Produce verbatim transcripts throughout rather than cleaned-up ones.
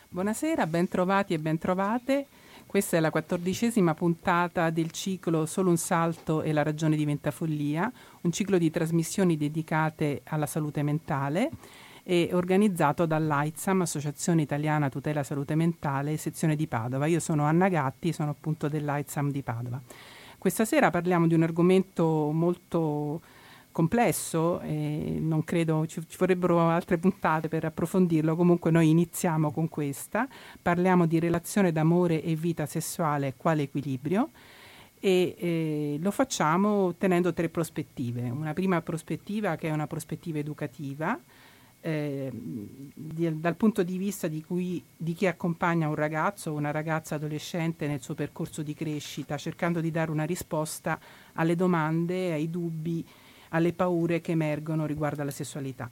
Buonasera, ben trovati e ben trovate. Questa è la quattordicesima puntata del ciclo Solo un salto e la ragione diventa follia, un ciclo di trasmissioni dedicate alla salute mentale e organizzato dall'AITSAM, Associazione Italiana Tutela Salute Mentale, sezione di Padova. Io sono Anna Gatti, sono appunto dell'AITSAM di Padova. Questa sera parliamo di un argomento molto complesso e non credo ci, ci vorrebbero altre puntate per approfondirlo. Comunque noi iniziamo con questa. Parliamo di relazione d'amore e vita sessuale, quale equilibrio, e eh, lo facciamo tenendo tre prospettive. Una prima prospettiva che è una prospettiva educativa, eh, di, dal punto di vista di, cui, di chi accompagna un ragazzo o una ragazza adolescente nel suo percorso di crescita, cercando di dare una risposta alle domande, ai dubbi, alle paure che emergono riguardo alla sessualità,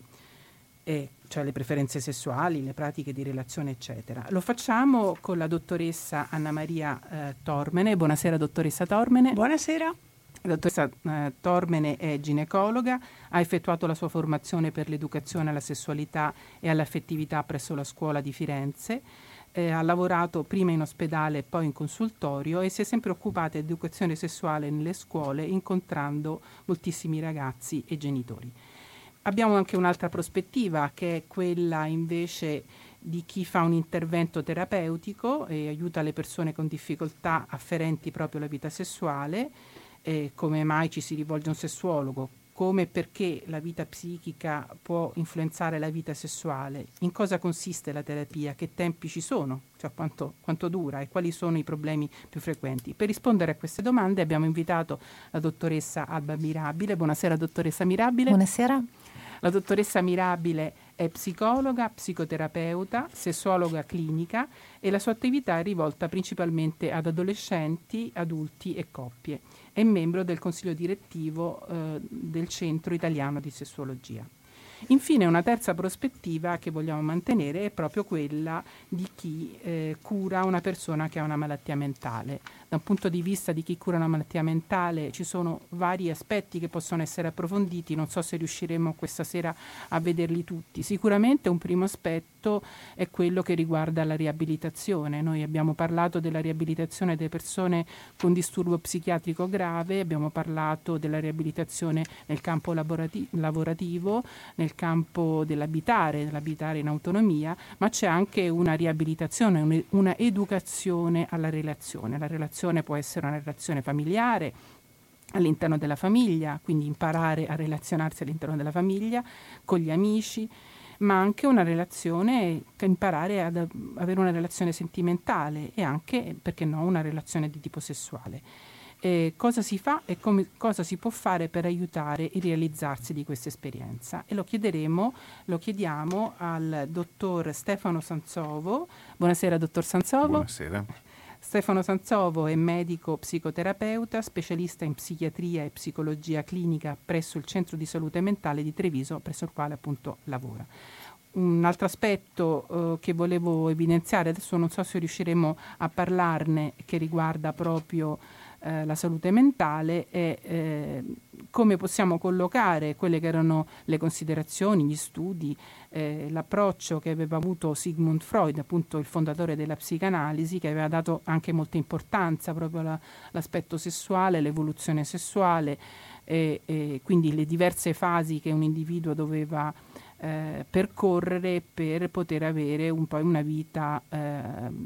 e cioè le preferenze sessuali, le pratiche di relazione, eccetera. Lo facciamo con la dottoressa Anna Maria eh, Tormene. Buonasera dottoressa Tormene. Buonasera. La dottoressa eh, Tormene è ginecologa, ha effettuato la sua formazione per l'educazione alla sessualità e all'affettività presso la scuola di Firenze. Eh, ha lavorato prima in ospedale e poi in consultorio e si è sempre occupata di educazione sessuale nelle scuole, incontrando moltissimi ragazzi e genitori. Abbiamo anche un'altra prospettiva, che è quella invece di chi fa un intervento terapeutico e aiuta le persone con difficoltà afferenti proprio alla vita sessuale, eh, come mai ci si rivolge a un sessuologo, come e perché la vita psichica può influenzare la vita sessuale, in cosa consiste la terapia, che tempi ci sono, cioè quanto, quanto dura e quali sono i problemi più frequenti. Per rispondere a queste domande abbiamo invitato la dottoressa Alba Mirabile. Buonasera dottoressa Mirabile. Buonasera. La dottoressa Mirabile è psicologa, psicoterapeuta, sessuologa clinica e la sua attività è rivolta principalmente ad adolescenti, adulti e coppie. È membro del consiglio direttivo eh, del Centro Italiano di Sessuologia. Infine, una terza prospettiva che vogliamo mantenere è proprio quella di chi eh, cura una persona che ha una malattia mentale. Da un punto di vista di chi cura una malattia mentale ci sono vari aspetti che possono essere approfonditi, non so se riusciremo questa sera a vederli tutti. Sicuramente un primo aspetto è quello che riguarda la riabilitazione. Noi abbiamo parlato della riabilitazione delle persone con disturbo psichiatrico grave, abbiamo parlato della riabilitazione nel campo lavorati- lavorativo, nel campo dell'abitare, dell'abitare in autonomia, ma c'è anche una riabilitazione, un- una educazione alla relazione. La relazione può essere una relazione familiare, all'interno della famiglia, quindi imparare a relazionarsi all'interno della famiglia, con gli amici, ma anche una relazione, imparare ad avere una relazione sentimentale e anche, perché no, una relazione di tipo sessuale. Eh, cosa si fa e come, cosa si può fare per aiutare il realizzarsi di questa esperienza, e lo chiederemo, lo chiediamo al dottor Stefano Sanzovo. Buonasera dottor Sanzovo. Buonasera. Stefano Sanzovo è medico psicoterapeuta, specialista in psichiatria e psicologia clinica presso il Centro di Salute Mentale di Treviso, presso il quale appunto lavora. Un altro aspetto eh, che volevo evidenziare, adesso non so se riusciremo a parlarne, che riguarda proprio eh, la salute mentale, è eh, come possiamo collocare quelle che erano le considerazioni, gli studi, eh, l'approccio che aveva avuto Sigmund Freud, appunto il fondatore della psicanalisi, che aveva dato anche molta importanza proprio alla, all'aspetto sessuale, l'evoluzione sessuale, e, e quindi le diverse fasi che un individuo doveva eh, percorrere per poter avere un po' una vita eh,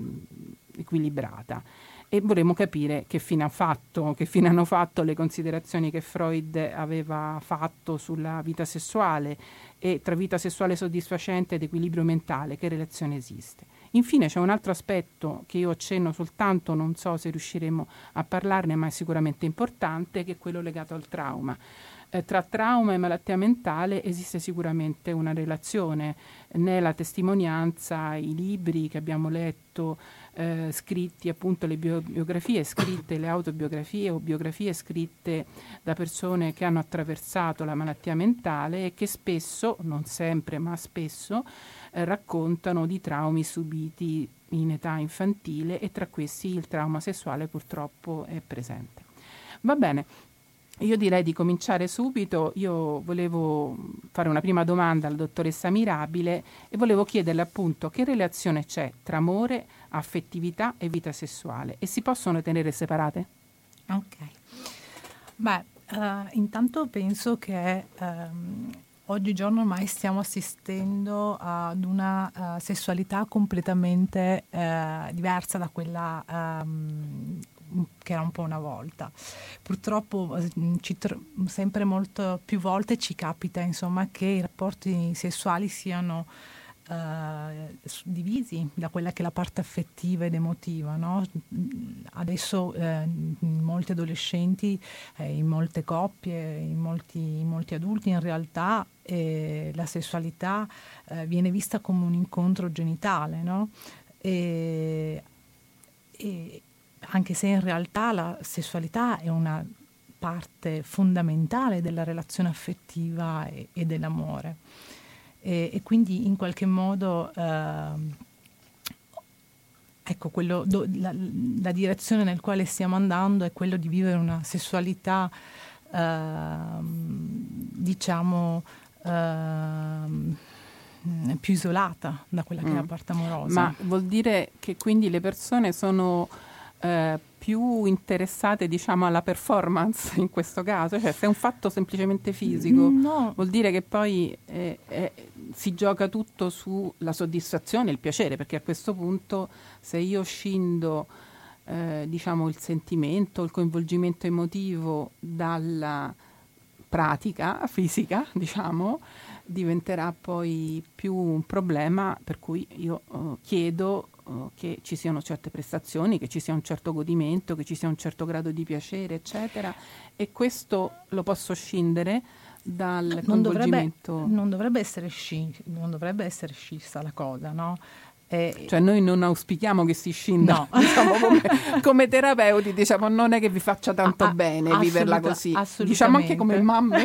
equilibrata. E vorremmo capire che fine ha fatto, che fine hanno fatto le considerazioni che Freud aveva fatto sulla vita sessuale, e tra vita sessuale soddisfacente ed equilibrio mentale, che relazione esiste. Infine c'è un altro aspetto che io accenno soltanto, non so se riusciremo a parlarne, ma è sicuramente importante, che è quello legato al trauma. Eh, tra trauma e malattia mentale esiste sicuramente una relazione. Nella testimonianza, i libri che abbiamo letto, eh, scritti appunto, le bio- biografie scritte, le autobiografie o biografie scritte da persone che hanno attraversato la malattia mentale e che spesso, non sempre ma spesso, eh, raccontano di traumi subiti in età infantile, e tra questi il trauma sessuale purtroppo è presente. Va bene. Io direi di cominciare subito. Io volevo fare una prima domanda alla dottoressa Mirabile e volevo chiederle appunto che relazione c'è tra amore, affettività e vita sessuale, e si possono tenere separate? Ok. Beh, uh, intanto penso che um, oggigiorno ormai stiamo assistendo ad una uh, sessualità completamente uh, diversa da quella um, che era un po' una volta. Purtroppo ci tro- sempre molto più volte ci capita, insomma, che i rapporti sessuali siano uh, divisi da quella che è la parte affettiva ed emotiva, no? Adesso eh, molti adolescenti, eh, in molte coppie, in molti, in molti adulti in realtà eh, la sessualità eh, viene vista come un incontro genitale, no? E, e anche se in realtà la sessualità è una parte fondamentale della relazione affettiva e, e dell'amore. E, e quindi in qualche modo eh, ecco quello, do, la, la direzione nel quale stiamo andando è quello di vivere una sessualità eh, diciamo eh, più isolata da quella mm. che è la parte amorosa. Ma vuol dire che quindi le persone sono Eh, più interessate, diciamo, alla performance in questo caso? Cioè, se è un fatto semplicemente fisico, no. vuol dire che poi eh, eh, si gioca tutto sulla soddisfazione e il piacere, perché a questo punto se io scindo eh, diciamo il sentimento, il coinvolgimento emotivo dalla pratica fisica, diciamo, diventerà poi più un problema, per cui io uh, chiedo uh, che ci siano certe prestazioni, che ci sia un certo godimento, che ci sia un certo grado di piacere, eccetera, e questo lo posso scindere dal non coinvolgimento. Dovrebbe, non dovrebbe essere sci, non dovrebbe essere scissa la cosa, no? Eh, cioè noi non auspichiamo che si scinda, no. Diciamo come, come terapeuti, diciamo non è che vi faccia tanto ah, bene viverla così, diciamo anche come mamme.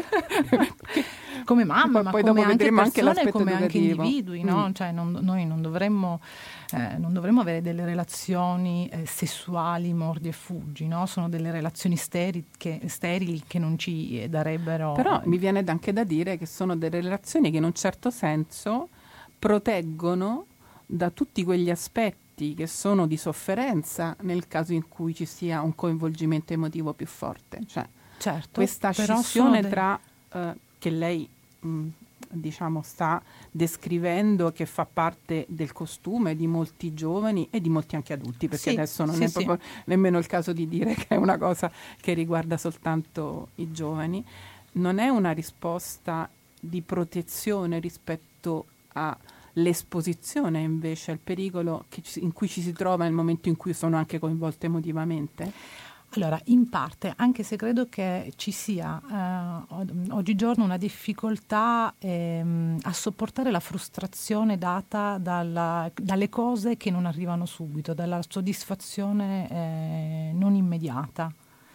Come mamme, ma poi come dopo anche persone, anche come educativo. Anche individui, no? Mm. Cioè non, noi non dovremmo, eh, non dovremmo avere delle relazioni eh, sessuali mordi e fuggi, no? Sono delle relazioni sterili che, sterili che non ci darebbero... Però mi viene anche da dire che sono delle relazioni che in un certo senso proteggono da tutti quegli aspetti che sono di sofferenza nel caso in cui ci sia un coinvolgimento emotivo più forte. Cioè, certo, questa scissione de- tra uh, che lei mh, diciamo sta descrivendo, che fa parte del costume di molti giovani e di molti anche adulti, perché sì, adesso non sì, è sì. proprio nemmeno il caso di dire che è una cosa che riguarda soltanto i giovani, non è una risposta di protezione rispetto a l'esposizione invece al pericolo che ci, in cui ci si trova nel momento in cui sono anche coinvolte emotivamente? Allora, in parte, anche se credo che ci sia eh, oggigiorno una difficoltà ehm, a sopportare la frustrazione data dalla, dalle cose che non arrivano subito, dalla soddisfazione eh, non immediata.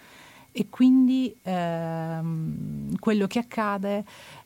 E quindi ehm, quello che accade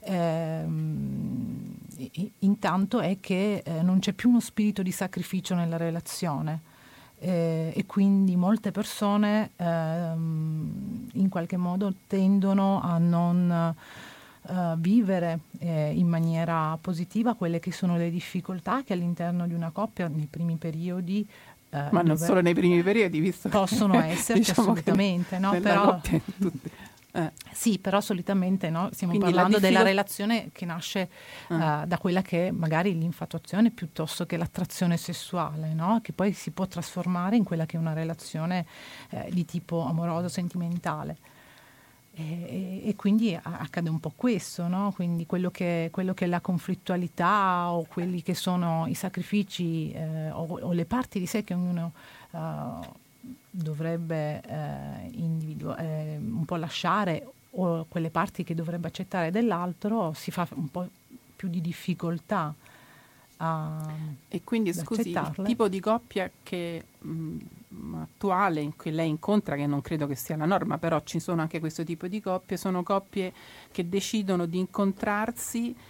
ehm, intanto è che eh, non c'è più uno spirito di sacrificio nella relazione eh, e quindi molte persone ehm, in qualche modo tendono a non eh, vivere eh, in maniera positiva quelle che sono le difficoltà che all'interno di una coppia nei primi periodi Uh, ma non solo nei primi periodi, visto possono esserci diciamo assolutamente, no? Però tutti. Eh. Sì, però solitamente no, stiamo Quindi parlando difficol- della relazione che nasce uh. Uh, da quella che è magari l'infatuazione piuttosto che l'attrazione sessuale, no? Che poi si può trasformare in quella che è una relazione eh, di tipo amoroso, sentimentale. E, e quindi accade un po' questo, no? Quindi quello che, quello che è la conflittualità o quelli che sono i sacrifici eh, o, o le parti di sé che ognuno uh, dovrebbe eh, individu- eh, un po' lasciare o quelle parti che dovrebbe accettare dell'altro, si fa un po' più di difficoltà a e quindi scusi, il tipo di coppia che mh, attuale in cui lei incontra, che non credo che sia la norma, però ci sono anche questo tipo di coppie, sono coppie che decidono di incontrarsi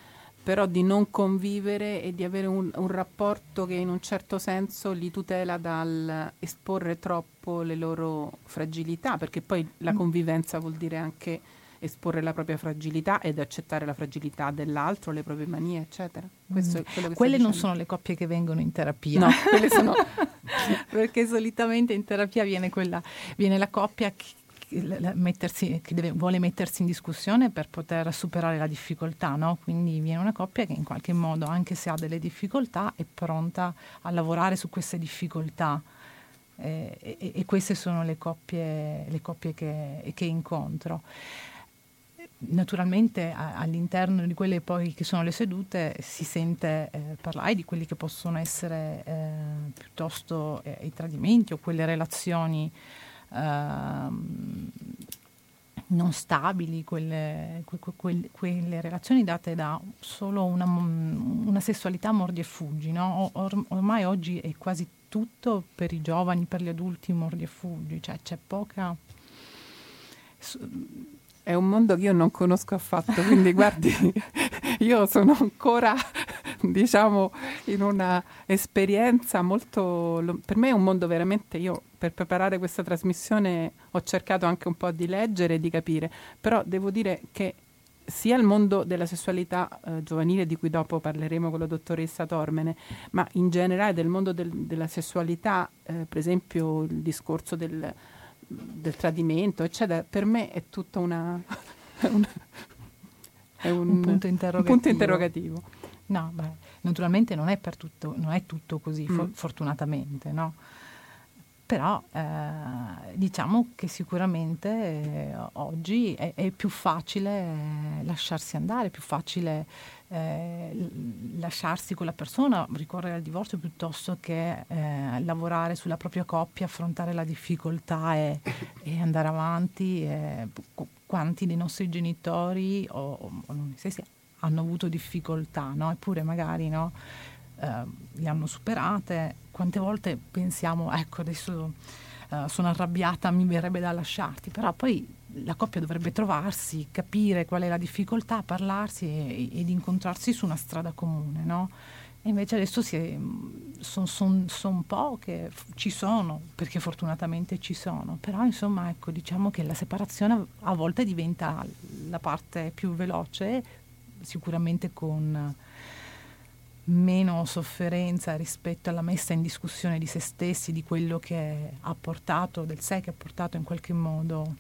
però di non convivere e di avere un, un rapporto che in un certo senso li tutela dal esporre troppo le loro fragilità, perché poi la convivenza vuol dire anche esporre la propria fragilità ed accettare la fragilità dell'altro, le proprie manie, eccetera. Questo Mm. è quello che Quelle sta non dicendo. sono le coppie che vengono in terapia. No, quelle sono... Perché solitamente in terapia viene quella, viene la coppia che, che, la, mettersi, che deve, vuole mettersi in discussione per poter superare la difficoltà, no? Quindi viene una coppia che in qualche modo, anche se ha delle difficoltà, è pronta a lavorare su queste difficoltà. Eh, e, e queste sono le coppie, le coppie che, che incontro. Naturalmente a, all'interno di quelle poi che sono le sedute si sente eh, parlare di quelli che possono essere eh, piuttosto eh, i tradimenti o quelle relazioni eh, non stabili, quelle, que, que, quelle relazioni date da solo una, una sessualità mordi e fuggi, no? Or, ormai oggi è quasi tutto per i giovani, per gli adulti mordi e fuggi, cioè c'è poca... È un mondo che io non conosco affatto, quindi guardi, io sono ancora, diciamo, in una esperienza molto... Per me è un mondo veramente... Io per preparare questa trasmissione ho cercato anche un po' di leggere e di capire, però devo dire che sia il mondo della sessualità eh, giovanile, di cui dopo parleremo con la dottoressa Tormene, ma in generale del mondo del, della sessualità, eh, per esempio il discorso del... del tradimento, eccetera, per me è tutta una, una è un, un punto interrogativo. Un punto interrogativo. No, beh, naturalmente non è per tutto, non è tutto così, mm. for- fortunatamente, no? Però eh, diciamo che sicuramente eh, oggi è, è più facile eh, lasciarsi andare, è più facile eh, lasciarsi con la persona, ricorrere al divorzio piuttosto che eh, lavorare sulla propria coppia, affrontare la difficoltà e, e andare avanti. E, quanti dei nostri genitori o, o non so se hanno avuto difficoltà, no? Eppure magari no? Uh, le hanno superate. Quante volte pensiamo, ecco adesso uh, sono arrabbiata, mi verrebbe da lasciarti, però poi la coppia dovrebbe trovarsi, capire qual è la difficoltà, parlarsi e, ed incontrarsi su una strada comune, no? E invece adesso sono son, son poche, ci sono, perché fortunatamente ci sono, però insomma ecco, diciamo che la separazione a volte diventa la parte più veloce, sicuramente con meno sofferenza rispetto alla messa in discussione di se stessi, di quello che ha portato, del sé che ha portato in qualche modo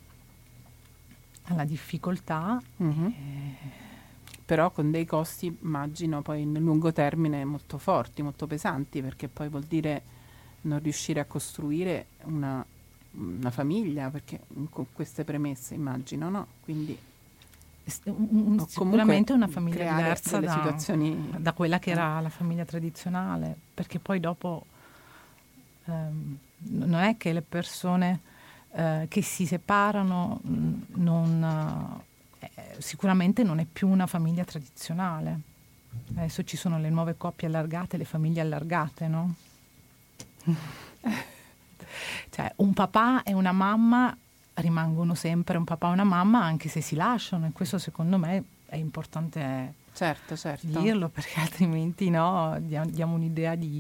alla difficoltà. Mm-hmm. E... però con dei costi, immagino, poi nel lungo termine molto forti, molto pesanti, perché poi vuol dire non riuscire a costruire una, una famiglia, perché con queste premesse, immagino, no? Quindi Un, sicuramente una famiglia diversa da, situazioni... da quella che era la famiglia tradizionale, perché poi dopo ehm, non è che le persone eh, che si separano non, eh, sicuramente non è più una famiglia tradizionale. Adesso ci sono le nuove coppie allargate, le famiglie allargate, no? Cioè un papà e una mamma rimangono sempre un papà e una mamma anche se si lasciano, e questo secondo me è importante certo, certo. dirlo, perché altrimenti no, diamo un'idea di,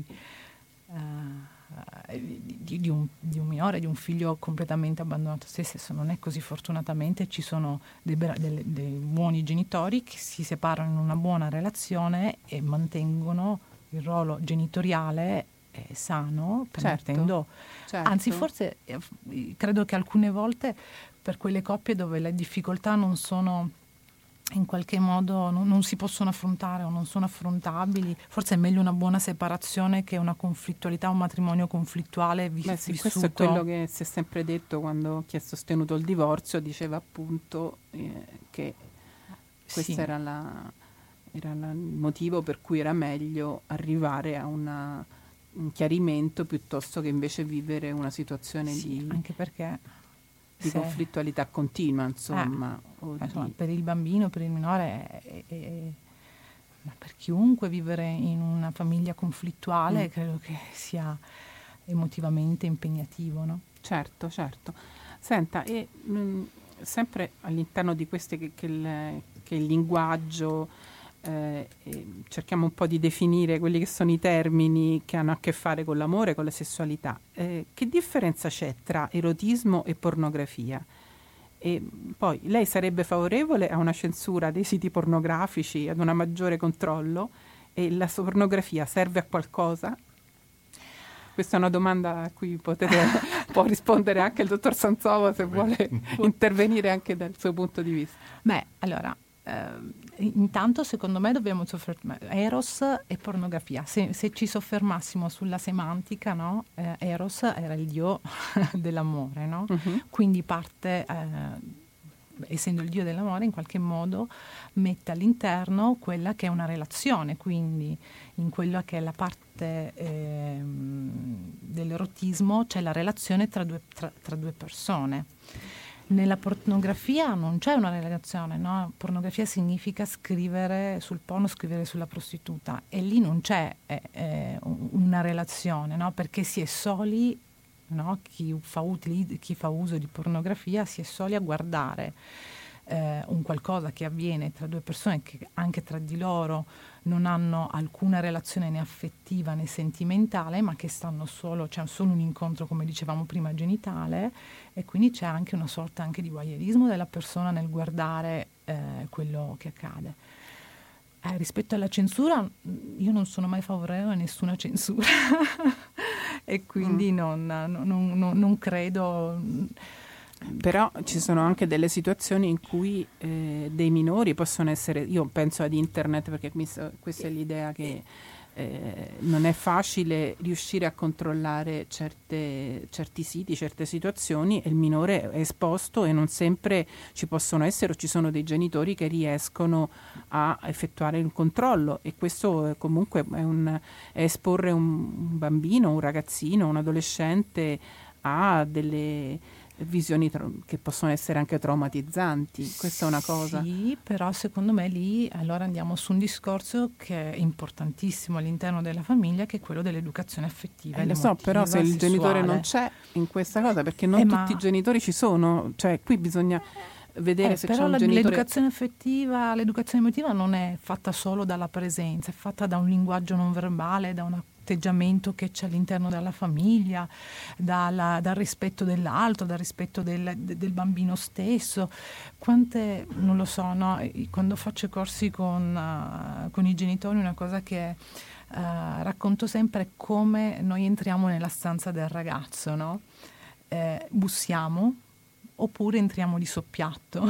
uh, di, di, un, di un minore, di un figlio completamente abbandonato a se stesso. Non è così, fortunatamente ci sono dei, dei, dei buoni genitori che si separano in una buona relazione e mantengono il ruolo genitoriale è sano, permettendo, certo, certo. Anzi forse eh, credo che alcune volte per quelle coppie dove le difficoltà non sono in qualche modo non, non si possono affrontare o non sono affrontabili, forse è meglio una buona separazione che una conflittualità, un matrimonio conflittuale vi- Beh, sì, vissuto. questo è quello che si è sempre detto quando chi ha sostenuto il divorzio, diceva appunto eh, che questo sì. era, la, era la, il motivo per cui era meglio arrivare a una un chiarimento piuttosto che invece vivere una situazione sì, di, anche perché di se, conflittualità continua, insomma. Eh, o insomma di... Per il bambino, per il minore, è, è, è, ma per chiunque vivere in una famiglia conflittuale mm. credo che sia emotivamente impegnativo, no? Certo, certo. Senta, e mh, sempre all'interno di queste che, che, il, che il linguaggio eh, cerchiamo un po' di definire quelli che sono i termini che hanno a che fare con l'amore, con la sessualità. Eh, che differenza c'è tra erotismo e pornografia? E poi lei sarebbe favorevole a una censura dei siti pornografici, ad un maggiore controllo? E la pornografia serve a qualcosa? Questa è una domanda a cui potete, può rispondere anche il dottor Sanzovo se vuole intervenire anche dal suo punto di vista. Beh, allora, eh, intanto secondo me dobbiamo soffermare Eros e pornografia. Se, se ci soffermassimo sulla semantica, no? Eh, Eros era il dio dell'amore, no? Uh-huh. Quindi parte, eh, essendo il dio dell'amore, in qualche modo mette all'interno quella che è una relazione, quindi in quella che è la parte eh, dell'erotismo c'è la relazione tra due, tra, tra due persone. Nella pornografia non c'è una relazione, no? Pornografia significa scrivere sul porno, scrivere sulla prostituta, e lì non c'è eh, eh, una relazione, no? Perché si è soli, no? Chi fa utili, chi fa uso di pornografia si è soli a guardare eh, un qualcosa che avviene tra due persone che anche tra di loro non hanno alcuna relazione né affettiva né sentimentale, ma che stanno solo, c'è solo un incontro, come dicevamo prima, genitale, e quindi c'è anche una sorta anche di voyeurismo della persona nel guardare eh, quello che accade. Eh, rispetto alla censura, io non sono mai favorevole a nessuna censura e quindi mm. non, non, non, non credo. Però ci sono anche delle situazioni in cui eh, dei minori possono essere, io penso ad internet, perché mi so, questa è l'idea che eh, non è facile riuscire a controllare certe, certi siti, certe situazioni, e il minore è esposto e non sempre ci possono essere o ci sono dei genitori che riescono a effettuare il controllo, e questo è comunque è, un, è esporre un, un bambino, un ragazzino, un adolescente a delle visioni tra- che possono essere anche traumatizzanti. Questa è una cosa. Sì, però secondo me lì allora andiamo su un discorso che è importantissimo all'interno della famiglia, che è quello dell'educazione affettiva. Eh, lo so, però se il sessuale. genitore non c'è in questa cosa, perché non eh, tutti ma... i genitori ci sono, cioè qui bisogna vedere eh, se però c'è un la, genitore. L'educazione affettiva, l'educazione emotiva non è fatta solo dalla presenza, è fatta da un linguaggio non verbale, da un atteggiamento che c'è all'interno della famiglia, dalla, dal rispetto dell'altro, dal rispetto del, del bambino stesso. Quante, non lo so, no? Quando faccio i corsi con, uh, con i genitori, una cosa che uh, racconto sempre è come noi entriamo nella stanza del ragazzo, no? Eh, bussiamo oppure entriamo di soppiatto.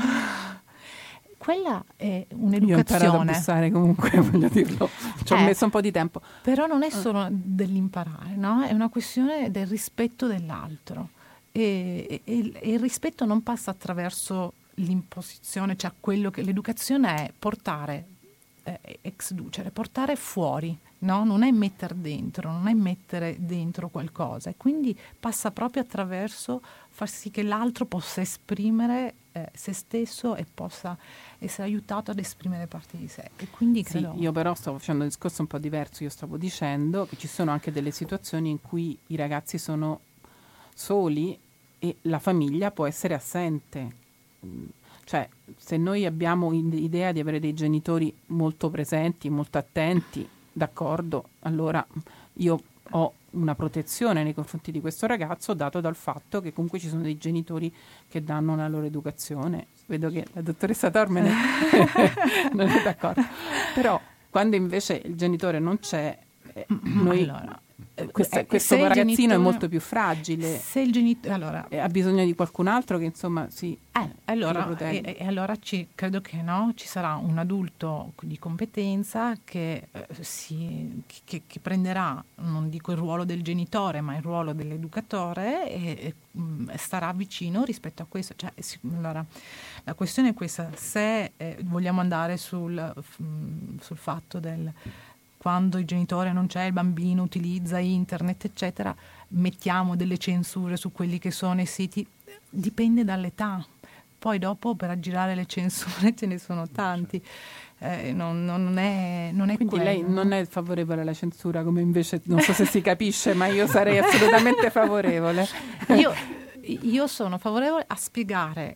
Quella è un'educazione. Io ho imparato a bussare comunque, voglio dirlo, ci ho eh, messo un po' di tempo. Però non è solo dell'imparare, no? È una questione del rispetto dell'altro, e, e, e il rispetto non passa attraverso l'imposizione, cioè quello che l'educazione è portare eh, ex ducere, portare fuori, no? Non è mettere dentro, non è mettere dentro qualcosa, e quindi passa proprio attraverso far sì che l'altro possa esprimere eh, se stesso e possa essere aiutato ad esprimere parti di sé. E quindi credo... Sì, io però stavo facendo un discorso un po' diverso. Io stavo dicendo che ci sono anche delle situazioni in cui i ragazzi sono soli e la famiglia può essere assente. Cioè, se noi abbiamo l'idea di avere dei genitori molto presenti, molto attenti, d'accordo, allora io ho una protezione nei confronti di questo ragazzo, dato dal fatto che comunque ci sono dei genitori che danno la loro educazione. Vedo che la dottoressa Tormene non è d'accordo. Però quando invece il genitore non c'è, eh, noi... Allora, Questo, eh, questo ragazzino genitore, è molto più fragile, se il genitore, allora, ha bisogno di qualcun altro che insomma si eh, allora, lo protegga. E, e allora ci, credo che no, ci sarà un adulto di competenza che, eh, si, che, che prenderà, non dico il ruolo del genitore, ma il ruolo dell'educatore, e, e mh, starà vicino rispetto a questo. Cioè, si, allora, la questione è questa: se eh, vogliamo andare sul, mh, sul fatto del quando il genitore non c'è, il bambino utilizza internet, eccetera, mettiamo delle censure su quelli che sono i siti, dipende dall'età. Poi dopo per aggirare le censure ce ne sono tanti. Eh, non, non è, non è Quindi quello, lei no? non è favorevole alla censura, come invece, non so se si capisce, ma io sarei assolutamente favorevole. Io, io sono favorevole a spiegare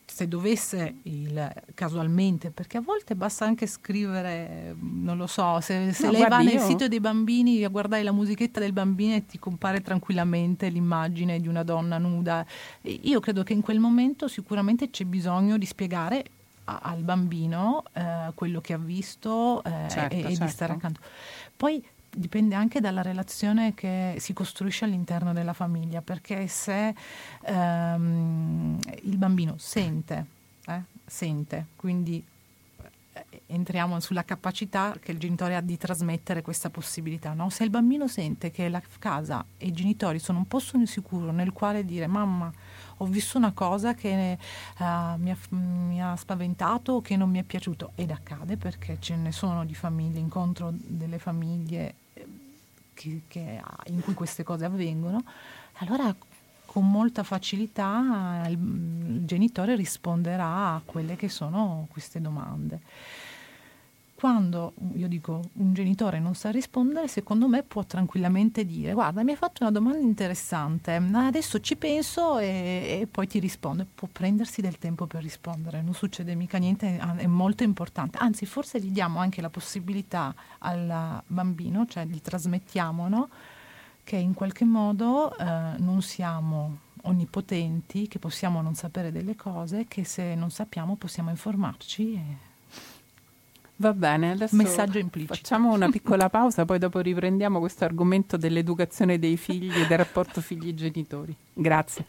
se dovesse il, casualmente, perché a volte basta anche scrivere, non lo so, se, se no, lei va nel io... sito dei bambini a guardare la musichetta del bambino e ti compare tranquillamente l'immagine di una donna nuda, io credo che in quel momento sicuramente c'è bisogno di spiegare a, al bambino eh, quello che ha visto eh, certo, e, e certo. di stare accanto. Poi dipende anche dalla relazione che si costruisce all'interno della famiglia, perché se ehm, il bambino sente, eh, sente, quindi eh, entriamo sulla capacità che il genitore ha di trasmettere questa possibilità, no? Se il bambino sente che la casa e i genitori sono un posto insicuro nel quale dire mamma ho visto una cosa che uh, mi, ha, mi ha spaventato, che non mi è piaciuto, ed accade perché ce ne sono di famiglie, incontro delle famiglie che, che, in cui queste cose avvengono, allora con molta facilità il, il genitore risponderà a quelle che sono queste domande. Quando, io dico, un genitore non sa rispondere, secondo me può tranquillamente dire guarda, mi hai fatto una domanda interessante, adesso ci penso e, e poi ti rispondo. Può prendersi del tempo per rispondere, non succede mica niente, è molto importante. Anzi, forse gli diamo anche la possibilità al bambino, cioè gli trasmettiamo, no? Che in qualche modo eh, non siamo onnipotenti, che possiamo non sapere delle cose, che se non sappiamo possiamo informarci e va bene, adesso messaggio implicito. Facciamo una piccola pausa, poi dopo riprendiamo questo argomento dell'educazione dei figli e del rapporto figli-genitori. Grazie.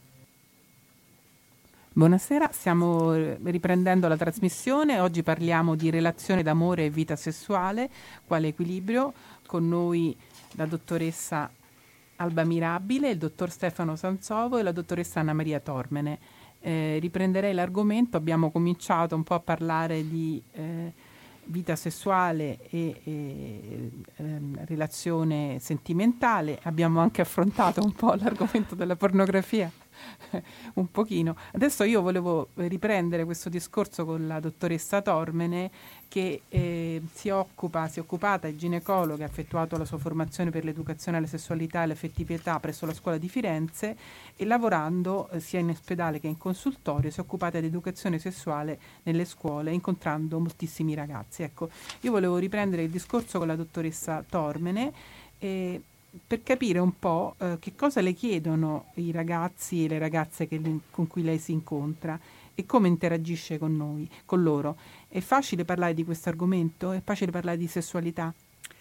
Buonasera, stiamo riprendendo la trasmissione. Oggi parliamo di relazione d'amore e vita sessuale, quale equilibrio. Con noi la dottoressa Alba Mirabile, il dottor Stefano Sanzovo e la dottoressa Anna Maria Tormene. Eh, riprenderei l'argomento, abbiamo cominciato un po' a parlare di eh, vita sessuale e, e eh, relazione sentimentale, abbiamo anche affrontato un po' l'argomento della pornografia, un pochino. Adesso io volevo riprendere questo discorso con la dottoressa Tormene, che eh, si occupa, si è occupata, è ginecologa, ha effettuato la sua formazione per l'educazione alla sessualità e all'affettività presso la scuola di Firenze e lavorando eh, sia in ospedale che in consultorio si è occupata di educazione sessuale nelle scuole, incontrando moltissimi ragazzi. Ecco, io volevo riprendere il discorso con la dottoressa Tormene eh, per capire un po' eh, che cosa le chiedono i ragazzi e le ragazze che, con cui lei si incontra e come interagisce con noi, con loro. È facile parlare di questo argomento? È facile parlare di sessualità?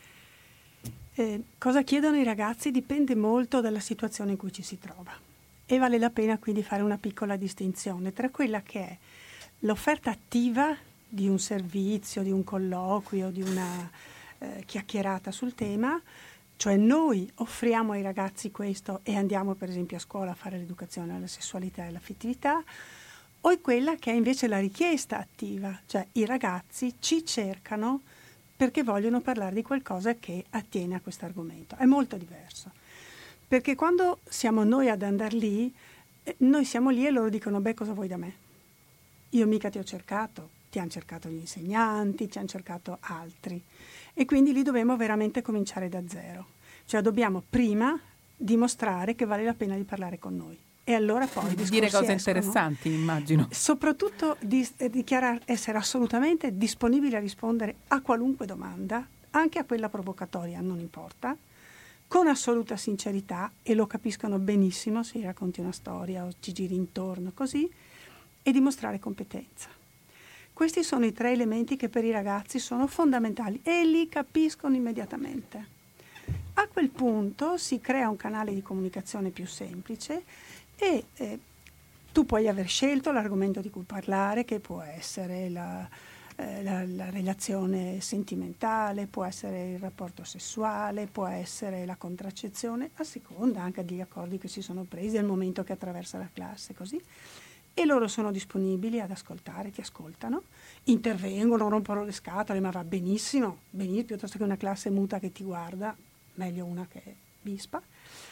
Eh, cosa chiedono i ragazzi dipende molto dalla situazione in cui ci si trova e vale la pena quindi fare una piccola distinzione tra quella che è l'offerta attiva di un servizio, di un colloquio, di una eh, chiacchierata sul tema, cioè noi offriamo ai ragazzi questo e andiamo per esempio a scuola a fare l'educazione alla sessualità e all'affettività, o è quella che è invece la richiesta attiva, cioè i ragazzi ci cercano perché vogliono parlare di qualcosa che attiene a questo argomento. È molto diverso, perché quando siamo noi ad andare lì, eh, noi siamo lì e loro dicono beh, cosa vuoi da me? Io mica ti ho cercato, ti hanno cercato gli insegnanti, ti hanno cercato altri e quindi lì dobbiamo veramente cominciare da zero, cioè dobbiamo prima dimostrare che vale la pena di parlare con noi. E allora poi dire cose escono. interessanti, immagino. Soprattutto di, eh, dichiarare essere assolutamente disponibili a rispondere a qualunque domanda, anche a quella provocatoria, non importa, con assoluta sincerità, e lo capiscono benissimo se racconti una storia o ci giri intorno così, e dimostrare competenza. Questi sono i tre elementi che per i ragazzi sono fondamentali e li capiscono immediatamente. A quel punto si crea un canale di comunicazione più semplice e eh, tu puoi aver scelto l'argomento di cui parlare, che può essere la, eh, la, la relazione sentimentale, può essere il rapporto sessuale, può essere la contraccezione, a seconda anche degli accordi che si sono presi al momento che attraversa la classe, così. E loro sono disponibili ad ascoltare, ti ascoltano, intervengono, rompono le scatole, ma va benissimo, benissimo, piuttosto che una classe muta che ti guarda, meglio una che è vispa.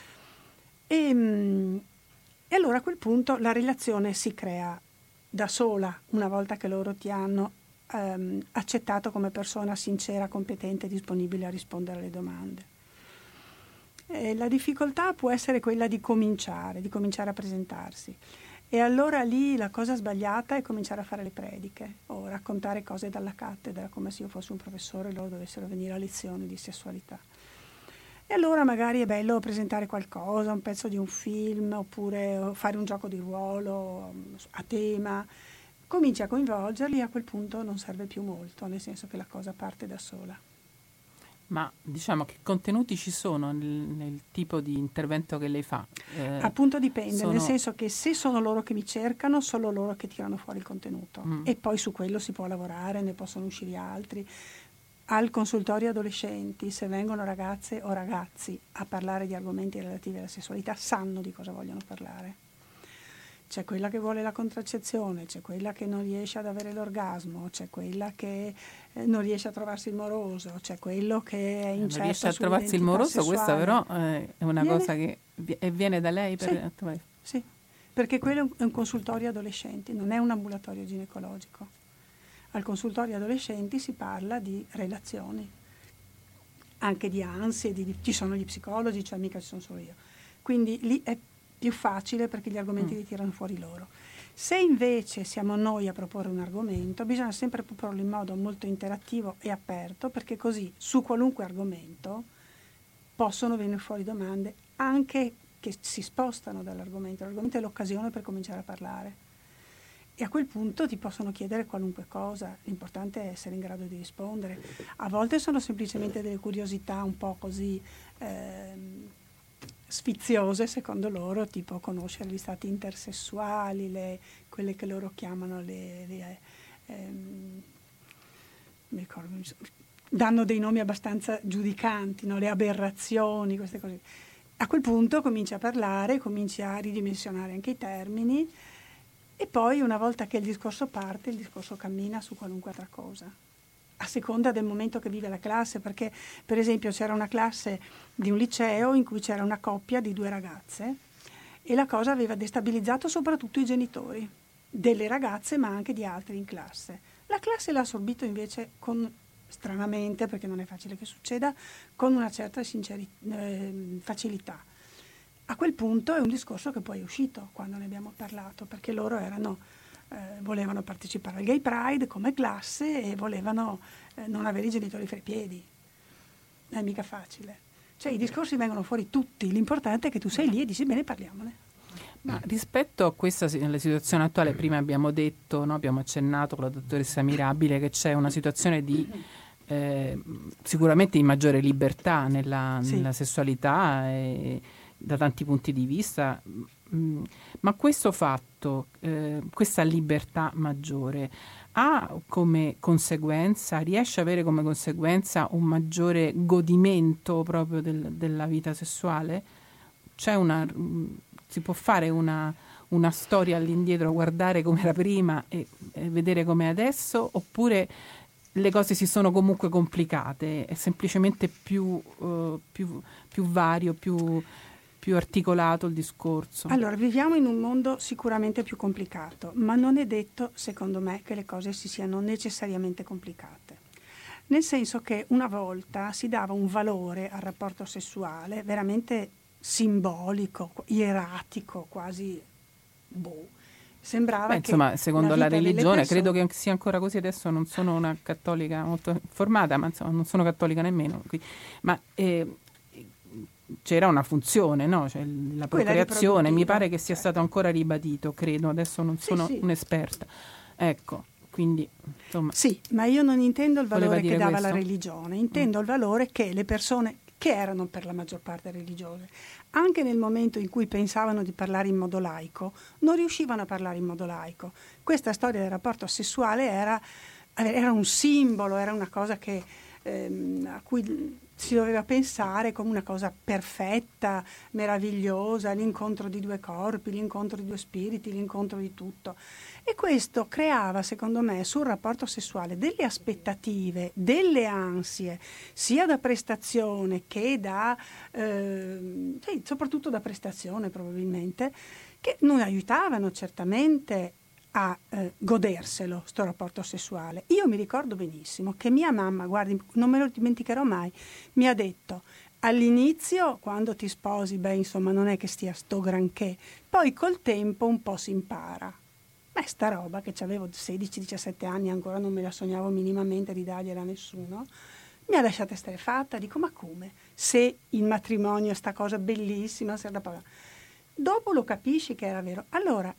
E, e allora a quel punto la relazione si crea da sola, una volta che loro ti hanno ehm, accettato come persona sincera, competente e disponibile a rispondere alle domande. E la difficoltà può essere quella di cominciare, di cominciare a presentarsi. E allora lì la cosa sbagliata è cominciare a fare le prediche o raccontare cose dalla cattedra, come se io fossi un professore e loro dovessero venire a lezioni di sessualità. E allora magari è bello presentare qualcosa, un pezzo di un film, oppure fare un gioco di ruolo a tema. Cominci a coinvolgerli e a quel punto non serve più molto, nel senso che la cosa parte da sola. Ma diciamo che contenuti ci sono nel, nel tipo di intervento che lei fa? Eh, Appunto dipende, sono... nel senso che se sono loro che mi cercano, sono loro che tirano fuori il contenuto. Mm. E poi su quello si può lavorare, ne possono uscire altri. Al consultorio adolescenti, se vengono ragazze o ragazzi a parlare di argomenti relativi alla sessualità, sanno di cosa vogliono parlare. C'è quella che vuole la contraccezione, c'è quella che non riesce ad avere l'orgasmo, c'è quella che eh, non riesce a trovarsi il moroso, c'è quello che è incerto. Non riesce a trovarsi il moroso, sessuale. Questa però eh, è una viene, cosa che v- viene da lei? Per sì, sì, perché quello è un, è un consultorio adolescenti, non è un ambulatorio ginecologico. Al consultorio adolescenti si parla di relazioni, anche di ansie, di, di, ci sono gli psicologi, cioè mica ci sono solo io. Quindi lì è più facile perché gli argomenti mm. li tirano fuori loro. Se invece siamo noi a proporre un argomento, bisogna sempre proporlo in modo molto interattivo e aperto, perché così su qualunque argomento possono venire fuori domande anche che si spostano dall'argomento. L'argomento è l'occasione per cominciare a parlare. E a quel punto ti possono chiedere qualunque cosa, l'importante è essere in grado di rispondere. A volte sono semplicemente delle curiosità un po' così ehm, sfiziose secondo loro, tipo conoscere gli stati intersessuali, le, quelle che loro chiamano le, le ehm, mi ricordo, danno dei nomi abbastanza giudicanti, no? Le aberrazioni, queste cose. A quel punto cominci a parlare, cominci a ridimensionare anche i termini e poi una volta che il discorso parte, il discorso cammina su qualunque altra cosa, a seconda del momento che vive la classe, perché per esempio c'era una classe di un liceo in cui c'era una coppia di due ragazze e la cosa aveva destabilizzato soprattutto i genitori delle ragazze ma anche di altri in classe. La classe l'ha assorbito invece con, stranamente, perché non è facile che succeda, con una certa sinceri- eh, facilità. A quel punto è un discorso che poi è uscito quando ne abbiamo parlato, perché loro erano... Eh, volevano partecipare al Gay Pride come classe e volevano eh, non avere i genitori fra i piedi. Non è mica facile. Cioè i discorsi vengono fuori tutti, l'importante è che tu sei lì e dici bene, parliamone. Ma rispetto a questa alla situazione attuale, prima abbiamo detto, no, abbiamo accennato con la dottoressa Mirabile che c'è una situazione di eh, sicuramente di maggiore libertà nella, sì. nella sessualità e, da tanti punti di vista. Ma questo fatto, eh, questa libertà maggiore, ha come conseguenza, riesce ad avere come conseguenza un maggiore godimento proprio del, della vita sessuale? C'è una, si può fare una, una storia all'indietro, guardare come era prima e, e vedere come è adesso, oppure le cose si sono comunque complicate, è semplicemente più, uh, più, più vario, più... più articolato il discorso? Allora, viviamo in un mondo sicuramente più complicato, ma non è detto, secondo me, che le cose si siano necessariamente complicate. Nel senso che una volta si dava un valore al rapporto sessuale veramente simbolico, ieratico, quasi boh. Sembrava Beh, che insomma, secondo la, la religione, persone... credo che sia ancora così, adesso non sono una cattolica molto informata, ma insomma non sono cattolica nemmeno. Ma eh, c'era una funzione, no? Cioè, la procreazione, mi pare che sia certo. stato ancora ribadito, credo, adesso non sono sì, sì. un'esperta. Ecco, quindi insomma... Sì, ma io non intendo il valore che dava questo? la religione, intendo mm. il valore che le persone, che erano per la maggior parte religiose, anche nel momento in cui pensavano di parlare in modo laico, non riuscivano a parlare in modo laico. Questa storia del rapporto sessuale era, era un simbolo, era una cosa che, ehm, a cui... si doveva pensare come una cosa perfetta, meravigliosa, l'incontro di due corpi, l'incontro di due spiriti, l'incontro di tutto. E questo creava, secondo me, sul rapporto sessuale delle aspettative, delle ansie, sia da prestazione che da, eh, sì, soprattutto da prestazione probabilmente, che non aiutavano certamente a eh, goderselo, sto rapporto sessuale. Io mi ricordo benissimo che mia mamma, guardi, non me lo dimenticherò mai, mi ha detto: All'inizio, quando ti sposi, beh, insomma, non è che stia sto granché. Poi col tempo un po' si impara. Beh, sta roba che avevo sedici diciassette anni, ancora non me la sognavo minimamente di dargliela a nessuno, mi ha lasciata stare fatta. Dico, ma come? Se il matrimonio è sta cosa bellissima, se da pagare. Dopo lo capisci che era vero. Allora,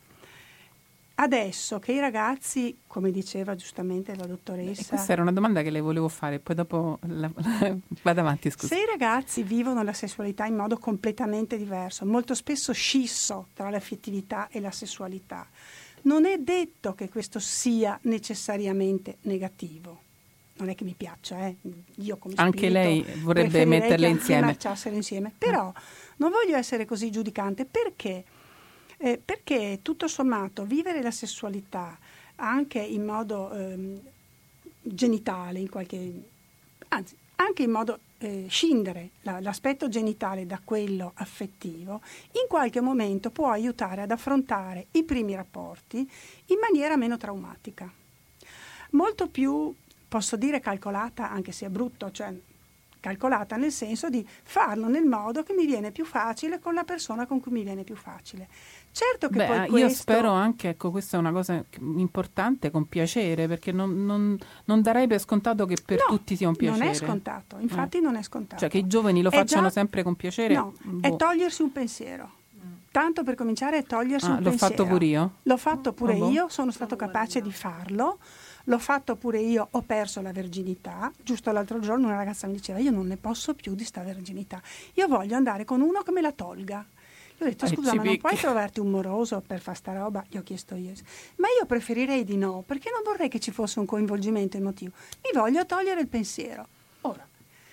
adesso che i ragazzi, come diceva giustamente la dottoressa... E questa era una domanda che le volevo fare, poi dopo la, la, vado avanti, scusa. Se i ragazzi vivono la sessualità in modo completamente diverso, molto spesso scisso tra l'affettività e la sessualità, non è detto che questo sia necessariamente negativo. Non è che mi piaccia, eh? Io come spirito anche lei vorrebbe metterle che insieme. marciassero insieme. Però non voglio essere così giudicante, perché Eh, perché tutto sommato vivere la sessualità anche in modo ehm, genitale, in qualche, anzi anche in modo eh, scindere la, l'aspetto genitale da quello affettivo, in qualche momento può aiutare ad affrontare i primi rapporti in maniera meno traumatica. Molto più, posso dire, calcolata, anche se è brutto, cioè calcolata nel senso di farlo nel modo che mi viene più facile con la persona con cui mi viene più facile. Certo che Beh, poi io questo... spero anche, ecco, questa è una cosa importante, con piacere, perché non, non, non darei per scontato che per no, tutti sia un piacere. Non è scontato, infatti eh. non è scontato. Cioè che i giovani lo è facciano già... sempre con piacere. No, boh. è togliersi un pensiero. Tanto per cominciare è togliersi ah, un l'ho pensiero. L'ho fatto pure io? L'ho fatto pure oh, boh. io, sono stato capace di farlo. L'ho fatto pure io, ho perso la verginità. Giusto l'altro giorno una ragazza mi diceva, io non ne posso più di sta verginità. Io voglio andare con uno che me la tolga. Io ho detto, scusa, ma non puoi trovarti un moroso per fare sta roba? Gli ho chiesto io. Ma io preferirei di no, perché non vorrei che ci fosse un coinvolgimento emotivo. Mi voglio togliere il pensiero. Ora,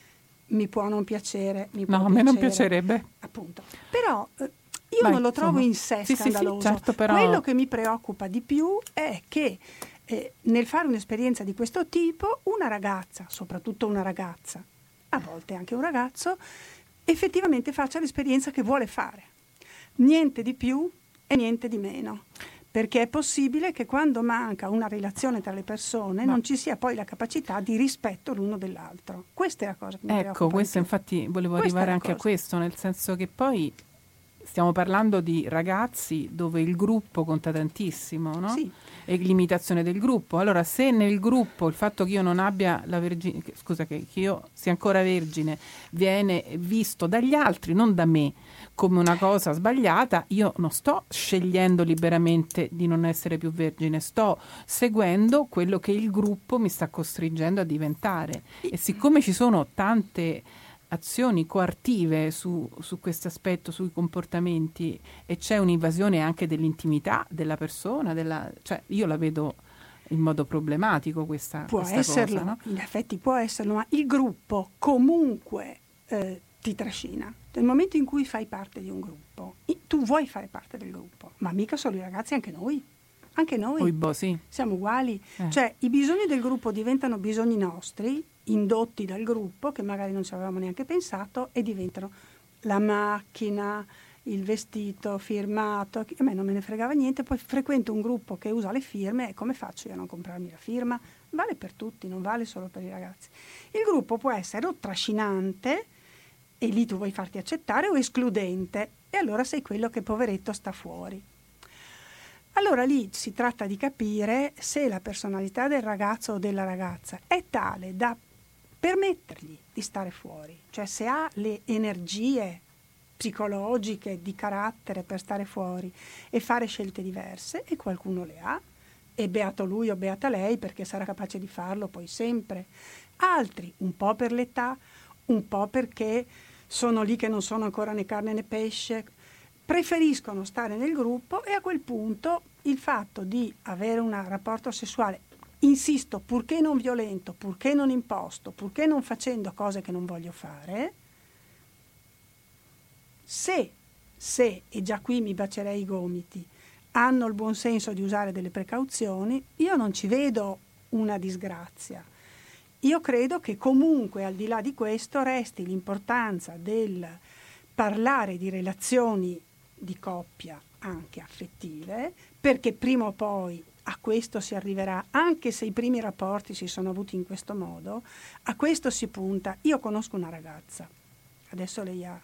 mi può non piacere, mi può no, piacere. A me non piacerebbe. Appunto. Però eh, io Vai, non lo trovo insomma. in sé sì, scandaloso. Sì, sì, certo, però... Quello che mi preoccupa di più è che eh, nel fare un'esperienza di questo tipo, una ragazza, soprattutto una ragazza, a volte anche un ragazzo, effettivamente faccia l'esperienza che vuole fare. Niente di più e niente di meno, perché è possibile che quando manca una relazione tra le persone Ma... non ci sia poi la capacità di rispetto l'uno dell'altro. Questa è la cosa che mi preoccupa. Ecco, questo infatti volevo Questa arrivare anche cosa. a questo, nel senso che poi stiamo parlando di ragazzi dove il gruppo conta tantissimo, no? Sì. E l'imitazione del gruppo. Allora, se nel gruppo il fatto che io non abbia la vergine, scusa, che, che io sia ancora vergine, viene visto dagli altri, non da me, come una cosa sbagliata, io non sto scegliendo liberamente di non essere più vergine, sto seguendo quello che il gruppo mi sta costringendo a diventare. E siccome ci sono tante azioni coattive su, su questo aspetto, sui comportamenti, e c'è un'invasione anche dell'intimità della persona, della, cioè io la vedo in modo problematico questa, può questa esserlo, cosa, no? In effetti può esserlo, ma il gruppo comunque eh, ti trascina. Nel momento in cui fai parte di un gruppo, tu vuoi fare parte del gruppo, ma mica solo i ragazzi, anche noi. Anche noi Oibo, sì. siamo uguali. Eh. Cioè i bisogni del gruppo diventano bisogni nostri, indotti dal gruppo, che magari non ci avevamo neanche pensato, e diventano la macchina, il vestito firmato. A me non me ne fregava niente, poi frequento un gruppo che usa le firme, e come faccio io a non comprarmi la firma? Vale per tutti, non vale solo per i ragazzi. Il gruppo può essere o trascinante, e lì tu vuoi farti accettare, o escludente, e allora sei quello che poveretto sta fuori. Allora lì si tratta di capire se la personalità del ragazzo o della ragazza è tale da permettergli di stare fuori, cioè se ha le energie psicologiche, di carattere per stare fuori e fare scelte diverse, e qualcuno le ha, e beato lui o beata lei, perché sarà capace di farlo poi sempre. Altri, un po' per l'età, un po' perché sono lì che non sono ancora né carne né pesce, preferiscono stare nel gruppo, e a quel punto il fatto di avere un rapporto sessuale, insisto, purché non violento, purché non imposto, purché non facendo cose che non voglio fare, se, se, e già qui mi bacerei i gomiti, hanno il buon senso di usare delle precauzioni, io non ci vedo una disgrazia. Io credo che comunque, al di là di questo, resti l'importanza del parlare di relazioni di coppia, anche affettive, perché prima o poi a questo si arriverà, anche se i primi rapporti si sono avuti in questo modo, a questo si punta. Io conosco una ragazza adesso lei ha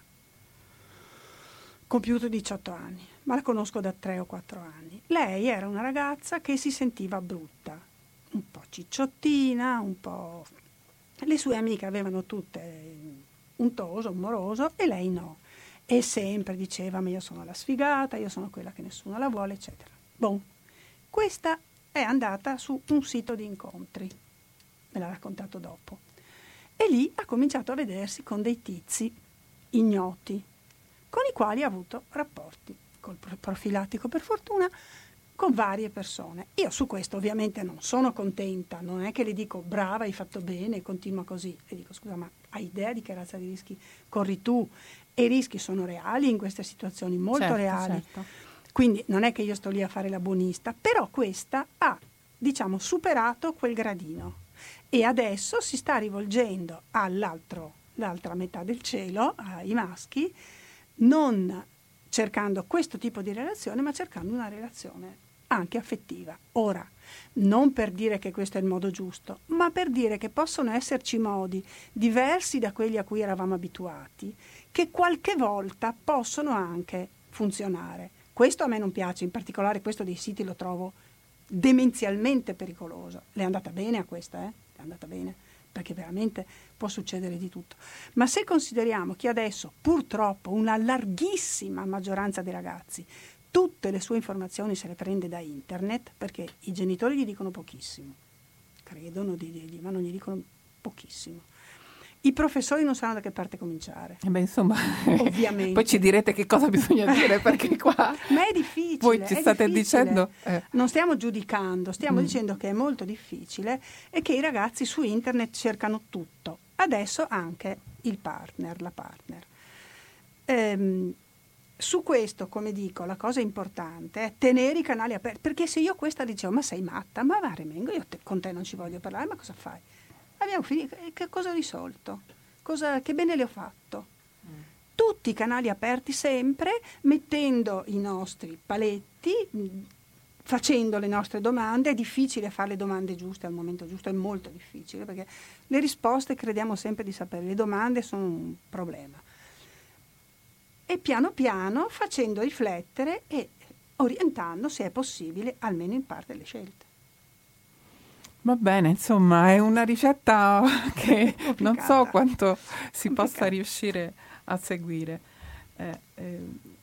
compiuto diciotto anni, ma la conosco da tre o quattro anni. Lei era una ragazza che si sentiva brutta, un po' cicciottina, un po'... Le sue amiche avevano tutte un toso, un moroso, e lei no. E sempre diceva, ma io sono la sfigata, io sono quella che nessuno la vuole, eccetera. Bon, questa è andata su un sito di incontri, me l'ha raccontato dopo, e lì ha cominciato a vedersi con dei tizi ignoti, con i quali ha avuto rapporti col profilattico, per fortuna, con varie persone. Io su questo ovviamente non sono contenta, non è che le dico brava, hai fatto bene, continua così. Le dico scusa, ma hai idea di che razza di rischi corri tu? E i rischi sono reali in queste situazioni, molto certo, reali. Certo. Quindi non è che io sto lì a fare la buonista, però questa ha, diciamo, superato quel gradino e adesso si sta rivolgendo all'altro, l'altra metà del cielo, ai maschi, non cercando questo tipo di relazione, ma cercando una relazione anche affettiva. Ora, non per dire che questo è il modo giusto, ma per dire che possono esserci modi diversi da quelli a cui eravamo abituati, che qualche volta possono anche funzionare. Questo a me non piace, in particolare questo dei siti lo trovo demenzialmente pericoloso. Le è andata bene a questa, eh? Le è andata bene, perché veramente può succedere di tutto. Ma se consideriamo che adesso, purtroppo, una larghissima maggioranza dei ragazzi tutte le sue informazioni se le prende da internet, perché i genitori gli dicono pochissimo, credono di dirgli, ma non gli dicono pochissimo. I professori non sanno da che parte cominciare. Eh beh, insomma, ovviamente. Poi ci direte che cosa bisogna dire, perché qua... Ma è difficile. Voi ci state difficile. dicendo... Eh. Non stiamo giudicando, stiamo mm. dicendo che è molto difficile e che i ragazzi su internet cercano tutto. Adesso anche il partner, la partner. Ehm, su questo, come dico, la cosa importante è tenere i canali aperti, perché se io questa dicevo, ma sei matta, ma va Remengo, io te, con te non ci voglio parlare, ma cosa fai? Abbiamo finito, che cosa ho risolto? Cosa, che bene le ho fatto? Mm. Tutti i canali aperti sempre, mettendo i nostri paletti, facendo le nostre domande. È difficile fare le domande giuste al momento giusto, è molto difficile, perché le risposte crediamo sempre di sapere, le domande sono un problema. E piano piano facendo riflettere e orientando, se è possibile, almeno in parte le scelte. Va bene, insomma, è una ricetta che non so quanto si Complicata. possa riuscire a seguire. Eh, eh,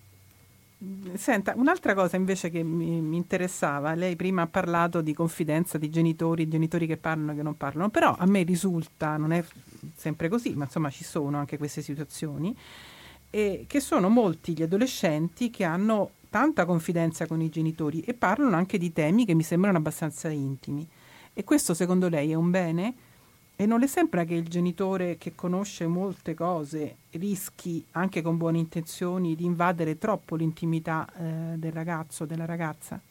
senta, un'altra cosa invece che mi, mi interessava, lei prima ha parlato di confidenza di genitori, genitori che parlano e che non parlano, però a me risulta, non è sempre così, ma insomma ci sono anche queste situazioni, e che sono molti gli adolescenti che hanno tanta confidenza con i genitori e parlano anche di temi che mi sembrano abbastanza intimi. E questo secondo lei è un bene? E non le sembra che il genitore che conosce molte cose rischi, anche con buone intenzioni, di invadere troppo l'intimità eh, del ragazzo o della ragazza?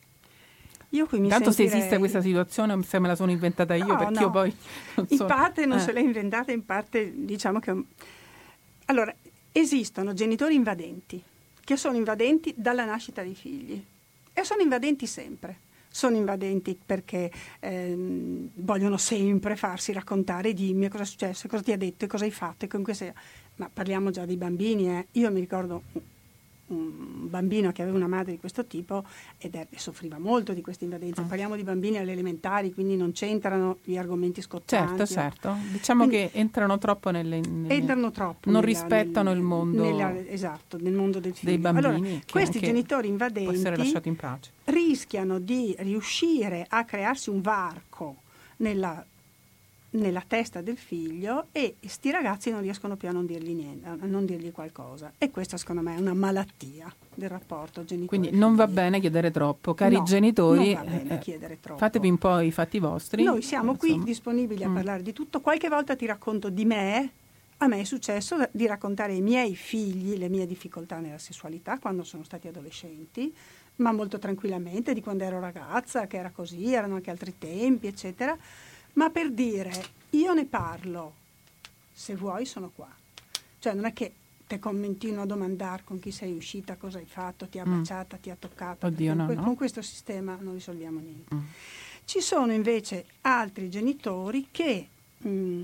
Io qui mi Tanto sentirei... se esiste questa situazione, se me la sono inventata io, no, perché no. io poi non in sono... parte non eh. se l'è inventata, in parte diciamo che... Allora, esistono genitori invadenti, che sono invadenti dalla nascita dei figli, e sono invadenti sempre. Sono invadenti perché ehm, vogliono sempre farsi raccontare, dimmi cosa è successo, cosa ti ha detto, cosa hai fatto. E con queste... Ma parliamo già di bambini, eh. Io mi ricordo un bambino che aveva una madre di questo tipo ed è, soffriva molto di questa invadenza. Parliamo di bambini alle elementari, quindi non c'entrano gli argomenti scottanti. Certo, certo. Diciamo quindi, che entrano troppo nelle... nelle entrano troppo. Non nella, rispettano nel, il mondo... Nella, esatto, nel mondo del figlio. dei bambini. Allora, questi genitori invadenti può essere lasciato in pace. Rischiano di riuscire a crearsi un varco nella nella testa del figlio e sti ragazzi non riescono più a non dirgli niente, a non dirgli qualcosa, e questa secondo me è una malattia del rapporto genitore. Quindi non va bene chiedere troppo, cari no, genitori, non va bene eh, chiedere troppo. Fatevi un po' i fatti vostri. Noi siamo qui insomma. disponibili a mm. parlare di tutto. Qualche volta ti racconto di me. A me è successo di raccontare ai miei figli le mie difficoltà nella sessualità quando sono stati adolescenti, ma molto tranquillamente, di quando ero ragazza, che era così, erano anche altri tempi, eccetera. Ma per dire, io ne parlo, se vuoi sono qua. Cioè non è che te continuo a domandare con chi sei uscita, cosa hai fatto, ti ha baciata, mm. ti ha toccata. Oddio, no, con, no. con questo sistema non risolviamo niente. Mm. Ci sono invece altri genitori che mh,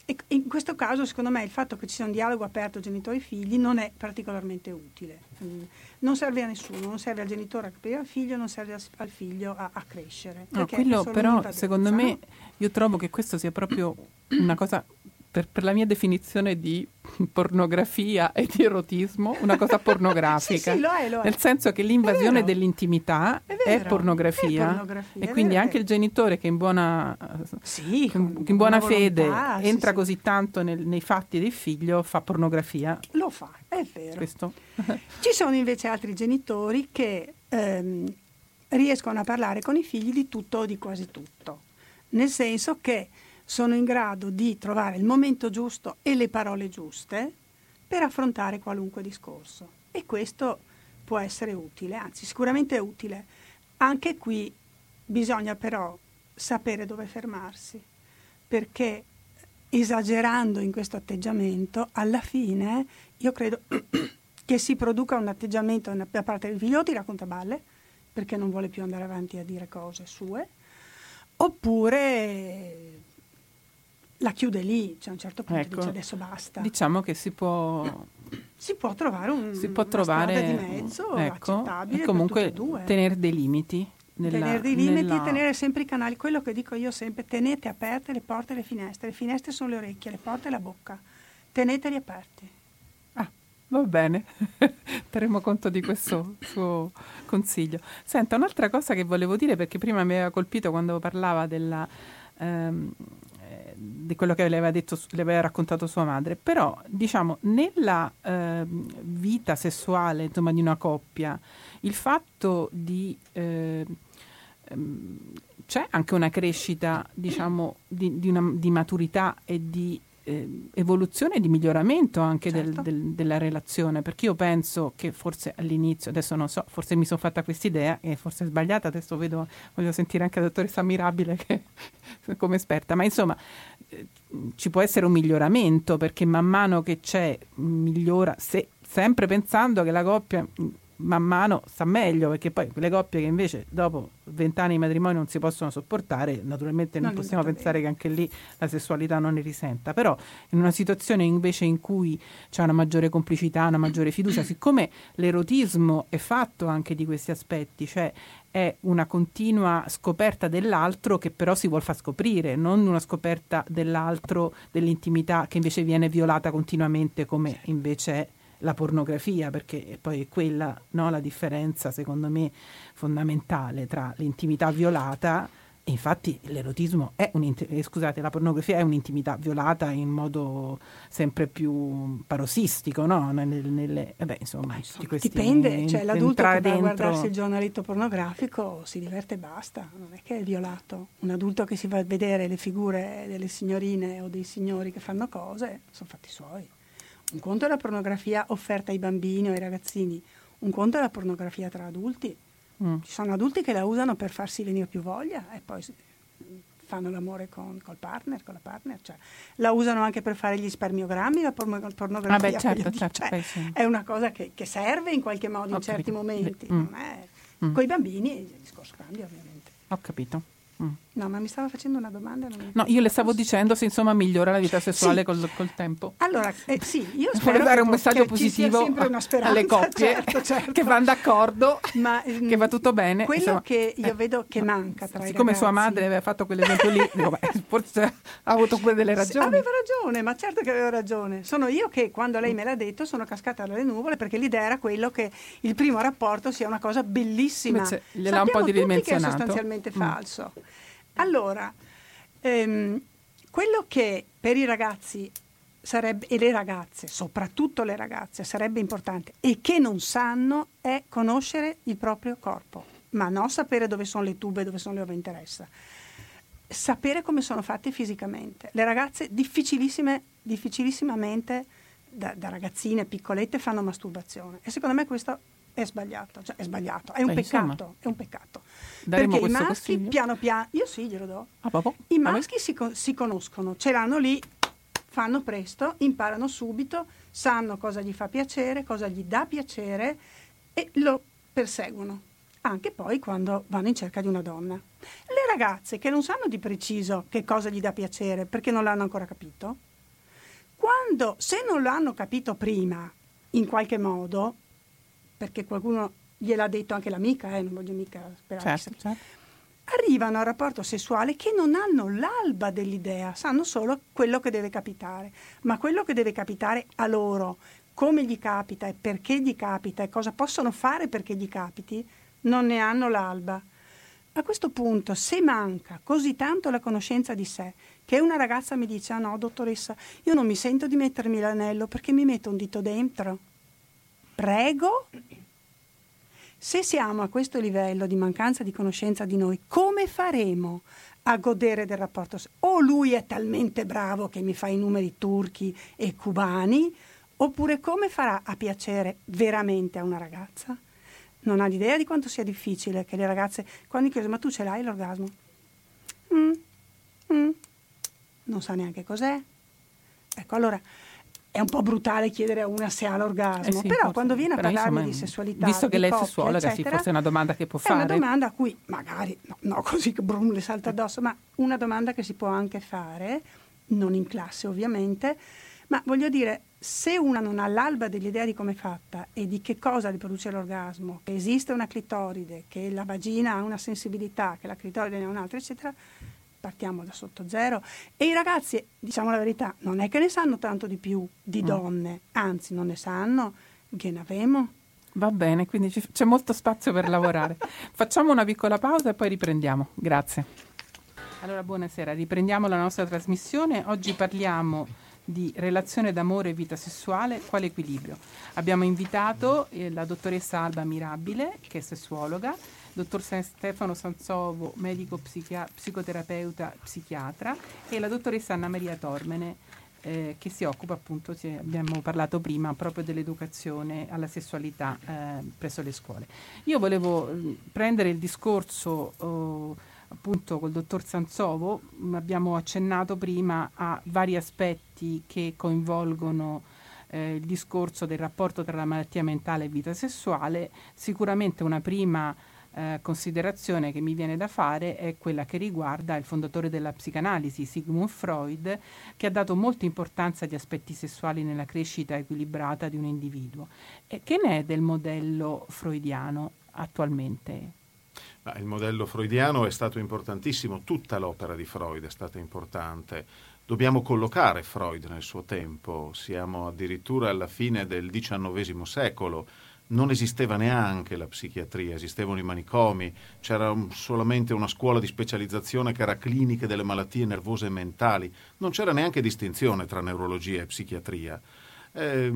E in questo caso, secondo me, il fatto che ci sia un dialogo aperto genitori-figli non è particolarmente utile. Non serve a nessuno, non serve al genitore a capire al figlio, non serve al figlio a, a crescere. No, quello però, secondo me, io trovo che questo sia proprio una cosa, per, per la mia definizione di pornografia e di erotismo, una cosa pornografica. Sì, sì, lo è, lo è. Nel senso che l'invasione dell'intimità è, vero, è, pornografia, è pornografia, e quindi vero, anche il genitore che in buona, sì, che in, che in buona fede volontà, entra sì, così sì. tanto nel, nei fatti del figlio fa pornografia. Lo fa, è vero. Questo. Ci sono invece altri genitori che ehm, riescono a parlare con i figli di tutto o di quasi tutto, nel senso che sono in grado di trovare il momento giusto e le parole giuste per affrontare qualunque discorso. E questo può essere utile, anzi sicuramente è utile. Anche qui bisogna però sapere dove fermarsi, perché esagerando in questo atteggiamento, alla fine io credo che si produca un atteggiamento da parte del figlio, ti racconta balle, perché non vuole più andare avanti a dire cose sue, oppure la chiude lì, cioè a un certo punto ecco, dice adesso basta. Diciamo che si può si può trovare un si può una trovare strada di mezzo, ecco, accettabile e comunque per tutti e due. tenere dei limiti. Nella, tenere dei limiti, nella... tenere sempre i canali, quello che dico io sempre, tenete aperte le porte e le finestre, le finestre sono le orecchie, le porte e la bocca, teneteli aperti. Ah, va bene, terremo conto di questo suo consiglio. Senta, un'altra cosa che volevo dire, perché prima mi aveva colpito quando parlava della ehm, di quello che le aveva detto, le aveva raccontato sua madre, però diciamo nella eh, vita sessuale, insomma, di una coppia, il fatto di eh, ehm, c'è anche una crescita, diciamo, di, di, una, di maturità e di eh, evoluzione e di miglioramento anche certo. del, del, della relazione, perché io penso che forse all'inizio, adesso non so, forse mi sono fatta quest'idea e forse è sbagliata, adesso vedo, voglio sentire anche la dottoressa Mirabile che come esperta, ma insomma eh, ci può essere un miglioramento, perché man mano che c'è migliora, se, sempre pensando che la coppia man mano sta meglio, perché poi quelle coppie che invece dopo vent'anni di matrimonio non si possono sopportare, naturalmente non, non possiamo pensare bene. Che anche lì la sessualità non ne risenta, però in una situazione invece in cui c'è una maggiore complicità, una maggiore fiducia, siccome l'erotismo è fatto anche di questi aspetti, cioè è una continua scoperta dell'altro che però si vuol far scoprire, non una scoperta dell'altro, dell'intimità che invece viene violata continuamente come invece è la pornografia, perché poi è quella, no, la differenza secondo me fondamentale tra l'intimità violata e infatti l'erotismo è un eh, scusate la pornografia è un'intimità violata in modo sempre più parossistico, no? Nelle, nelle, vabbè, insomma, insomma questi, dipende, cioè l'adulto che va dentro... a guardarsi il giornaletto pornografico si diverte e basta, non è che è violato. Un adulto che si va a vedere le figure delle signorine o dei signori che fanno cose sono fatti suoi. Un conto è la pornografia offerta ai bambini o ai ragazzini, un conto è la pornografia tra adulti. Mm. Ci sono adulti che la usano per farsi venire più voglia e poi fanno l'amore con col partner, con la partner, cioè la usano anche per fare gli spermiogrammi, la porno- pornografia. Ah beh, certo, certo, cioè, beh, sì. È una cosa che, che serve in qualche modo Ho in certi capito. momenti, Mm. non è... Mm. Con i bambini il discorso cambia ovviamente. Ho capito. Mm. No, ma mi stava facendo una domanda. Non mi no, io le stavo dicendo se insomma migliora la vita sessuale sì. col, col tempo. Allora, eh, sì, io Volevo spero dare che, un messaggio che positivo ci sia sempre una speranza, alle coppie certo, certo. che vanno d'accordo, ma, che va tutto bene. Quello insomma, che io eh, vedo che no, manca tra i siccome ragazzi... sua madre aveva fatto quell'esempio lì, dico, beh, forse ha avuto pure delle ragioni. Aveva ragione, ma certo che aveva ragione. Sono io che quando lei me l'ha detto sono cascata dalle nuvole, perché l'idea era quello che il primo rapporto sia una cosa bellissima. Invece gliel'ha un po' ridimensionato. Che è sostanzialmente mm. falso. Allora, ehm, quello che per i ragazzi sarebbe, e le ragazze, soprattutto le ragazze, sarebbe importante e che non sanno è conoscere il proprio corpo, ma non sapere dove sono le tube, dove sono le uova interessa. Sapere come sono fatte fisicamente. Le ragazze difficilissime, difficilissimamente da, da ragazzine piccolette fanno masturbazione e secondo me questo è sbagliato, cioè è sbagliato, è un Beh, peccato, insomma, è un peccato. Daremo Perché i maschi consiglio? piano piano, io sì glielo do, ah, proprio? i maschi si, si conoscono, ce l'hanno lì, fanno presto, imparano subito, sanno cosa gli fa piacere, cosa gli dà piacere e lo perseguono, anche poi quando vanno in cerca di una donna. Le ragazze che non sanno di preciso che cosa gli dà piacere perché non l'hanno ancora capito, quando, se non lo hanno capito prima, in qualche modo, perché qualcuno gliel'ha detto, anche l'amica, eh, non voglio mica sperare, certo, certo. arrivano al rapporto sessuale che non hanno l'alba dell'idea, sanno solo quello che deve capitare, ma quello che deve capitare a loro, come gli capita e perché gli capita e cosa possono fare perché gli capiti, non ne hanno l'alba. A questo punto, se manca così tanto la conoscenza di sé, che una ragazza mi dice: ah no, dottoressa, io non mi sento di mettermi l'anello perché mi metto un dito dentro. Prego? Se siamo a questo livello di mancanza di conoscenza di noi, come faremo a godere del rapporto? O lui è talmente bravo che mi fa i numeri turchi e cubani, oppure come farà a piacere veramente a una ragazza? Non ha l'idea di quanto sia difficile che le ragazze, quando gli chiedono: ma tu ce l'hai l'orgasmo? Mm, mm, non sa neanche cos'è. Ecco, allora è un po' brutale chiedere a una se ha l'orgasmo, eh sì, però forse, quando viene a però, parlarmi insomma, di sessualità, visto che di lei è coppia, sessuologa, eccetera, sì, forse è una domanda che può è fare. una domanda a cui magari, no, no così che brum le salta addosso, ma una domanda che si può anche fare, non in classe ovviamente, ma voglio dire, se una non ha l'alba dell'idea di come è fatta e di che cosa le produce l'orgasmo, che esiste una clitoride, che la vagina ha una sensibilità, che la clitoride ne ha un'altra, eccetera, partiamo da sotto zero. E i ragazzi, diciamo la verità, non è che ne sanno tanto di più di donne, anzi non ne sanno, che ne avemo. Va bene, quindi ci- c'è molto spazio per lavorare. Facciamo una piccola pausa e poi riprendiamo. Grazie. Allora, buonasera, riprendiamo la nostra trasmissione. Oggi parliamo di relazione d'amore e vita sessuale, quale equilibrio. Abbiamo invitato eh, la dottoressa Alba Mirabile, che è sessuologa, dottor Stefano Sanzovo, medico psichia- psicoterapeuta, psichiatra, e la dottoressa Anna Maria Tormene, eh, che si occupa appunto, si- abbiamo parlato prima, proprio dell'educazione alla sessualità eh, presso le scuole. Io volevo eh, prendere il discorso eh, appunto col dottor Sanzovo. Mh, abbiamo accennato prima a vari aspetti che coinvolgono eh, il discorso del rapporto tra la malattia mentale e vita sessuale. Sicuramente una prima eh, considerazione che mi viene da fare è quella che riguarda il fondatore della psicanalisi, Sigmund Freud, che ha dato molta importanza agli aspetti sessuali nella crescita equilibrata di un individuo. E che ne è del modello freudiano attualmente? Il modello freudiano è stato importantissimo, tutta l'opera di Freud è stata importante. Dobbiamo collocare Freud nel suo tempo, siamo addirittura alla fine del diciannovesimo secolo, non esisteva neanche la psichiatria, esistevano i manicomi, c'era un, solamente una scuola di specializzazione che era cliniche delle malattie nervose e mentali, non c'era neanche distinzione tra neurologia e psichiatria. Eh,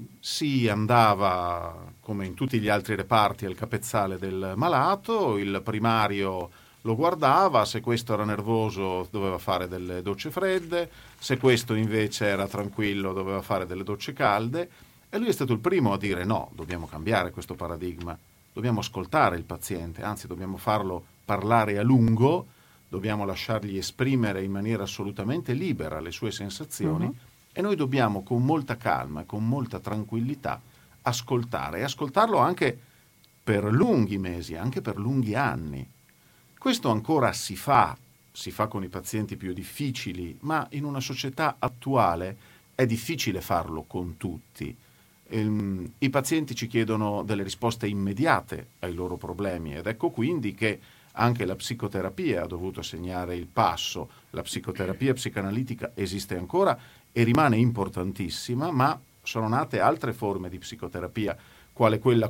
si andava, come in tutti gli altri reparti, al capezzale del malato, il primario lo guardava, se questo era nervoso doveva fare delle docce fredde, se questo invece era tranquillo doveva fare delle docce calde, e lui è stato il primo a dire: no, dobbiamo cambiare questo paradigma, dobbiamo ascoltare il paziente, anzi dobbiamo farlo parlare a lungo, dobbiamo lasciargli esprimere in maniera assolutamente libera le sue sensazioni. Uh-huh. E noi dobbiamo con molta calma e con molta tranquillità ascoltare, e ascoltarlo anche per lunghi mesi, anche per lunghi anni. Questo ancora si fa, si fa con i pazienti più difficili, ma in una società attuale è difficile farlo con tutti. Ehm, I pazienti ci chiedono delle risposte immediate ai loro problemi, ed ecco quindi che anche la psicoterapia ha dovuto segnare il passo. La psicoterapia psicanalitica esiste ancora e rimane importantissima, ma sono nate altre forme di psicoterapia, quale quella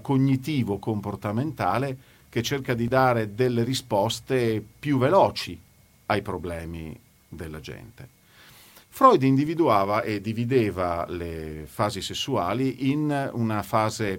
cognitivo-comportamentale, che cerca di dare delle risposte più veloci ai problemi della gente. Freud individuava e divideva le fasi sessuali in una fase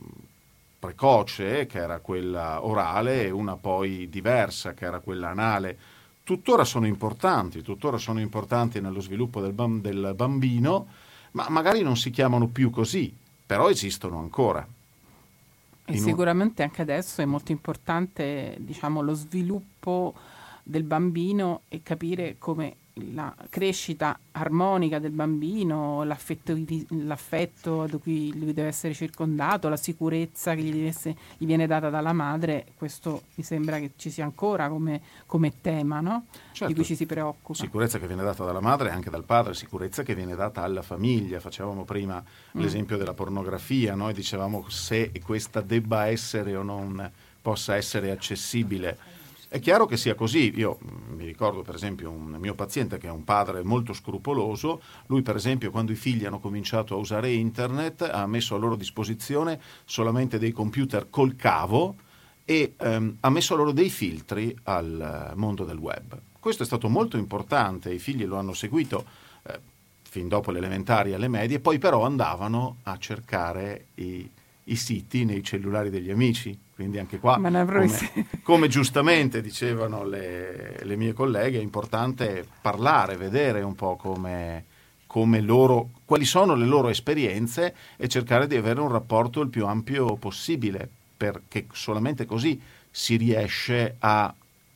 precoce, che era quella orale, e una poi diversa, che era quella anale. Tuttora sono importanti, tuttora sono importanti nello sviluppo del, bam- del bambino, ma magari non si chiamano più così, però esistono ancora. E in sicuramente un... anche adesso è molto importante, diciamo, lo sviluppo del bambino e capire come la crescita armonica del bambino, l'affetto, l'affetto da cui lui deve essere circondato, la sicurezza che gli, deve essere, gli viene data dalla madre, questo mi sembra che ci sia ancora come, come tema, no? Certo. Di cui ci si preoccupa. Sicurezza che viene data dalla madre e anche dal padre, sicurezza che viene data alla famiglia. Facevamo prima mm. l'esempio della pornografia, noi dicevamo se questa debba essere o non possa essere accessibile. È chiaro che sia così. Io mi ricordo per esempio un mio paziente che è un padre molto scrupoloso. Lui per esempio quando i figli hanno cominciato a usare internet ha messo a loro disposizione solamente dei computer col cavo e ehm, ha messo a loro dei filtri al mondo del web. Questo è stato molto importante, i figli lo hanno seguito eh, fin dopo le elementari alle medie, poi però andavano a cercare i, i siti nei cellulari degli amici. Quindi anche qua, come, come giustamente dicevano le, le mie colleghe, è importante parlare, vedere un po' come, come loro, quali sono le loro esperienze e cercare di avere un rapporto il più ampio possibile, perché solamente così si riesce a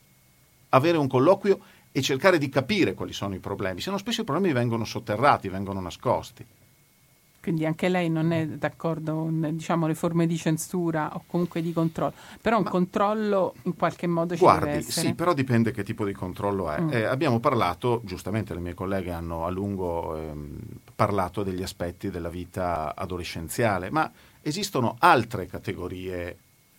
avere un colloquio e cercare di capire quali sono i problemi. Se no spesso i problemi vengono sotterrati, vengono nascosti. Quindi anche lei non è d'accordo con, diciamo, le forme di censura o comunque di controllo, però un Ma, controllo in qualche modo ci guardi, deve essere. Sì, però dipende che tipo di controllo è. Mm. Eh, abbiamo parlato, giustamente le mie colleghe hanno a lungo ehm, parlato degli aspetti della vita adolescenziale, ma esistono altre categorie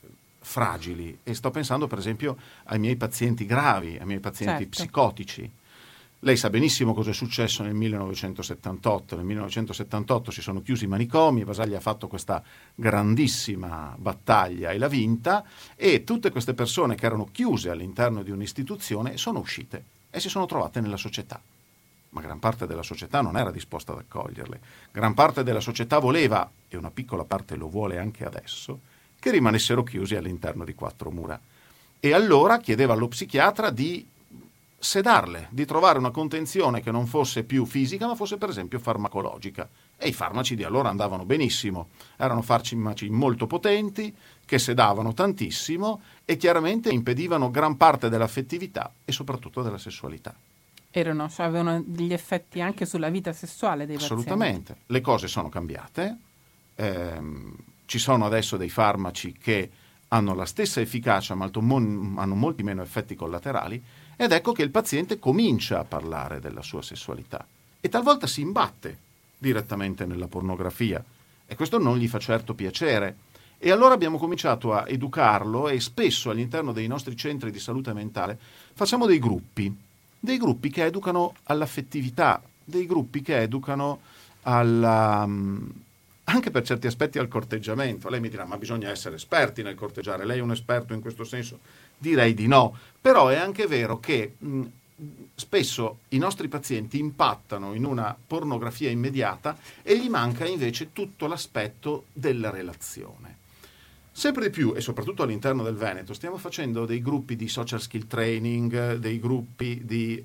fragili e sto pensando per esempio ai miei pazienti gravi, ai miei pazienti certo. psicotici. Lei sa benissimo cosa è successo nel millenovecentosettantotto. Nel millenovecentosettantotto si sono chiusi i manicomi, Basaglia ha fatto questa grandissima battaglia e l'ha vinta, e tutte queste persone che erano chiuse all'interno di un'istituzione sono uscite e si sono trovate nella società. Ma gran parte della società non era disposta ad accoglierle. Gran parte della società voleva, e una piccola parte lo vuole anche adesso, che rimanessero chiusi all'interno di quattro mura. E allora chiedeva allo psichiatra di sedarle, di trovare una contenzione che non fosse più fisica ma fosse per esempio farmacologica, e i farmaci di allora andavano benissimo, erano farmaci molto potenti che sedavano tantissimo e chiaramente impedivano gran parte dell'affettività e soprattutto della sessualità. Erano, cioè avevano degli effetti anche sulla vita sessuale dei pazienti. Assolutamente, le cose sono cambiate, ehm, ci sono adesso dei farmaci che hanno la stessa efficacia ma hanno molti meno effetti collaterali. Ed ecco che il paziente comincia a parlare della sua sessualità e talvolta si imbatte direttamente nella pornografia e questo non gli fa certo piacere. E allora abbiamo cominciato a educarlo e spesso all'interno dei nostri centri di salute mentale facciamo dei gruppi, dei gruppi che educano all'affettività, dei gruppi che educano alla, anche per certi aspetti al corteggiamento. Lei mi dirà, ma bisogna essere esperti nel corteggiare, lei è un esperto in questo senso? Direi di no, però è anche vero che mh, spesso i nostri pazienti impattano in una pornografia immediata e gli manca invece tutto l'aspetto della relazione. Sempre di più, e soprattutto all'interno del Veneto, stiamo facendo dei gruppi di social skill training, dei gruppi di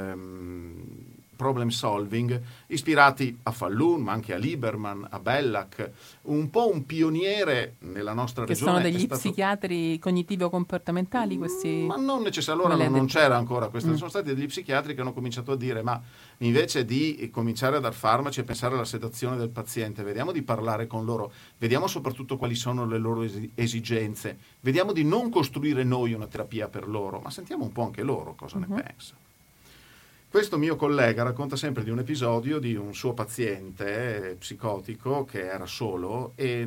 ehm, problem solving, ispirati a Falloon, ma anche a Lieberman, a Bellac, un po' un pioniere nella nostra che regione. Che sono degli stato... psichiatri cognitivo-comportamentali questi? Ma non necessariamente, non c'era ancora questo, mm. sono stati degli psichiatri che hanno cominciato a dire, ma invece di cominciare a dar farmaci e pensare alla sedazione del paziente, vediamo di parlare con loro, vediamo soprattutto quali sono le loro esigenze, vediamo di non costruire noi una terapia per loro, ma sentiamo un po' anche loro cosa mm-hmm. ne pensano. Questo mio collega racconta sempre di un episodio di un suo paziente psicotico che era solo e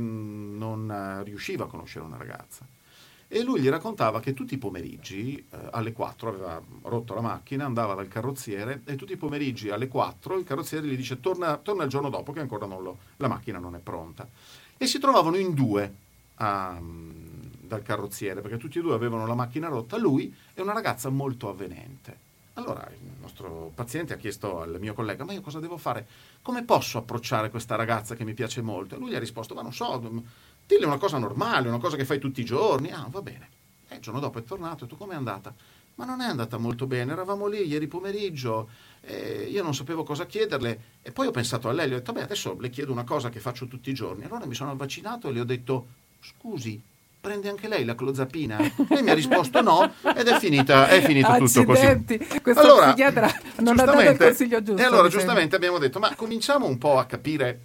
non riusciva a conoscere una ragazza. E lui gli raccontava che tutti i pomeriggi, eh, alle quattro, aveva rotto la macchina, andava dal carrozziere e tutti i pomeriggi alle quattro il carrozziere gli dice torna, torna il giorno dopo che ancora non lo, la macchina non è pronta. E si trovavano in due a, dal carrozziere perché tutti e due avevano la macchina rotta, lui e una ragazza molto avvenente. Allora il nostro paziente ha chiesto al mio collega, ma io cosa devo fare? Come posso approcciare questa ragazza che mi piace molto? E lui gli ha risposto, ma non so, dille una cosa normale, una cosa che fai tutti i giorni. Ah, va bene. E il giorno dopo è tornato e tu com'è andata? Ma non è andata molto bene, eravamo lì ieri pomeriggio, e io non sapevo cosa chiederle e poi ho pensato a lei, gli ho detto, beh adesso le chiedo una cosa che faccio tutti i giorni. Allora mi sono avvicinato e le ho detto, scusi, prende anche lei la clozapina? Lei mi ha risposto no ed è finita, è finito tutto così. Questo allora, psichiatra non ha dato il consiglio giusto. E allora giustamente abbiamo detto, ma cominciamo un po' a capire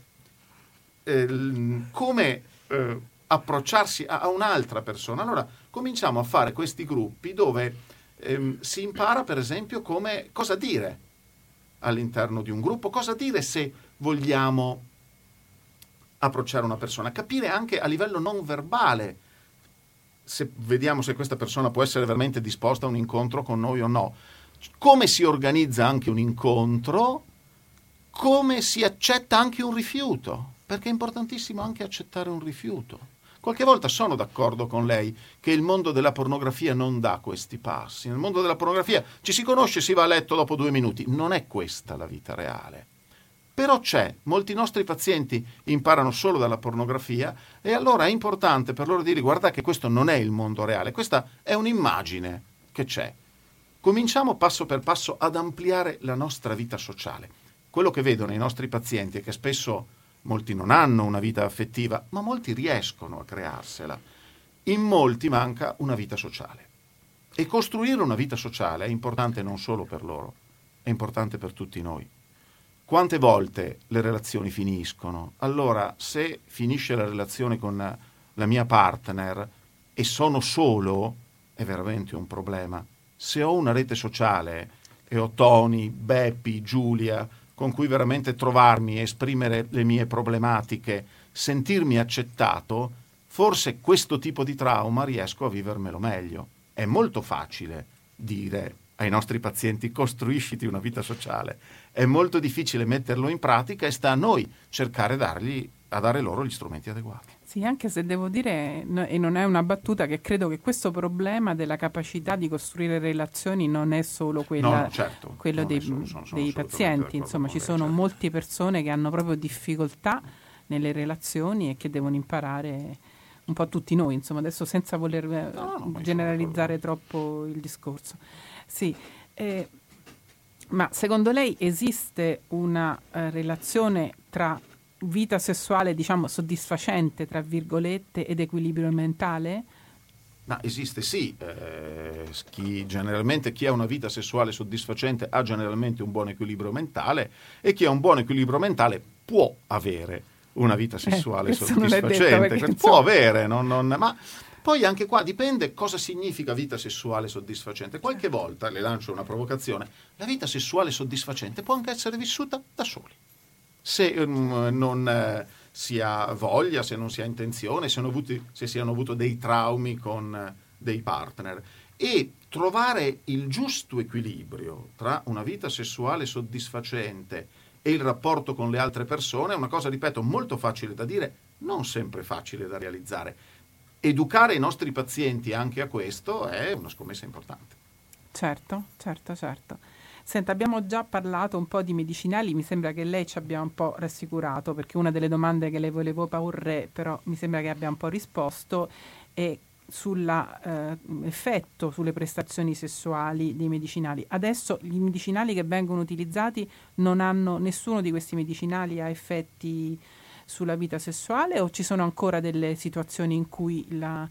eh, come eh, approcciarsi a, a un'altra persona. Allora cominciamo a fare questi gruppi dove ehm, si impara per esempio come cosa dire all'interno di un gruppo, cosa dire se vogliamo approcciare una persona, capire anche a livello non verbale, se vediamo se questa persona può essere veramente disposta a un incontro con noi o no, come si organizza anche un incontro, come si accetta anche un rifiuto, perché è importantissimo anche accettare un rifiuto. Qualche volta sono d'accordo con lei che il mondo della pornografia non dà questi passi. Nel mondo della pornografia ci si conosce, si va a letto dopo due minuti. Non è questa la vita reale. Però c'è, molti nostri pazienti imparano solo dalla pornografia e allora è importante per loro dire guarda che questo non è il mondo reale, questa è un'immagine che c'è. Cominciamo passo per passo ad ampliare la nostra vita sociale. Quello che vedono i nostri pazienti è che spesso molti non hanno una vita affettiva, ma molti riescono a crearsela. In molti manca una vita sociale. E costruire una vita sociale è importante non solo per loro, è importante per tutti noi. Quante volte le relazioni finiscono? Allora, se finisce la relazione con la mia partner e sono solo, è veramente un problema. Se ho una rete sociale e ho Tony, Beppi, Giulia, con cui veramente trovarmi, esprimere le mie problematiche, sentirmi accettato, forse questo tipo di trauma riesco a vivermelo meglio. È molto facile dire ai nostri pazienti costruisciti una vita sociale, è molto difficile metterlo in pratica e sta a noi cercare dargli, a dare loro gli strumenti adeguati. Sì, anche se devo dire, e non è una battuta, che credo che questo problema della capacità di costruire relazioni non è solo quella, no, no, certo, quello dei, solo, sono, sono dei pazienti, insomma ci sono certo. molte persone che hanno proprio difficoltà nelle relazioni e che devono imparare un po' tutti noi, insomma adesso senza voler no, no, generalizzare troppo il discorso. Sì, eh, ma secondo lei esiste una uh, relazione tra vita sessuale, diciamo, soddisfacente, tra virgolette, ed equilibrio mentale? Ma esiste sì, eh, chi, generalmente chi ha una vita sessuale soddisfacente ha generalmente un buon equilibrio mentale e chi ha un buon equilibrio mentale può avere una vita sessuale eh, soddisfacente, detto, può insomma... avere, non, non, ma poi anche qua dipende cosa significa vita sessuale soddisfacente. Qualche volta, le lancio una provocazione, la vita sessuale soddisfacente può anche essere vissuta da soli. Se um, non eh, si ha voglia, se non si ha intenzione, se, avuti, se si hanno avuto dei traumi con eh, dei partner. E trovare il giusto equilibrio tra una vita sessuale soddisfacente e il rapporto con le altre persone è una cosa, ripeto, molto facile da dire, non sempre facile da realizzare. Educare i nostri pazienti anche a questo è una scommessa importante. Certo, certo, certo. Senta, abbiamo già parlato un po' di medicinali, mi sembra che lei ci abbia un po' rassicurato, perché una delle domande che le volevo porre, però mi sembra che abbia un po' risposto, è sull'effetto eh, sulle prestazioni sessuali dei medicinali. Adesso i medicinali che vengono utilizzati non hanno, nessuno di questi medicinali ha effetti sulla vita sessuale, o ci sono ancora delle situazioni in cui la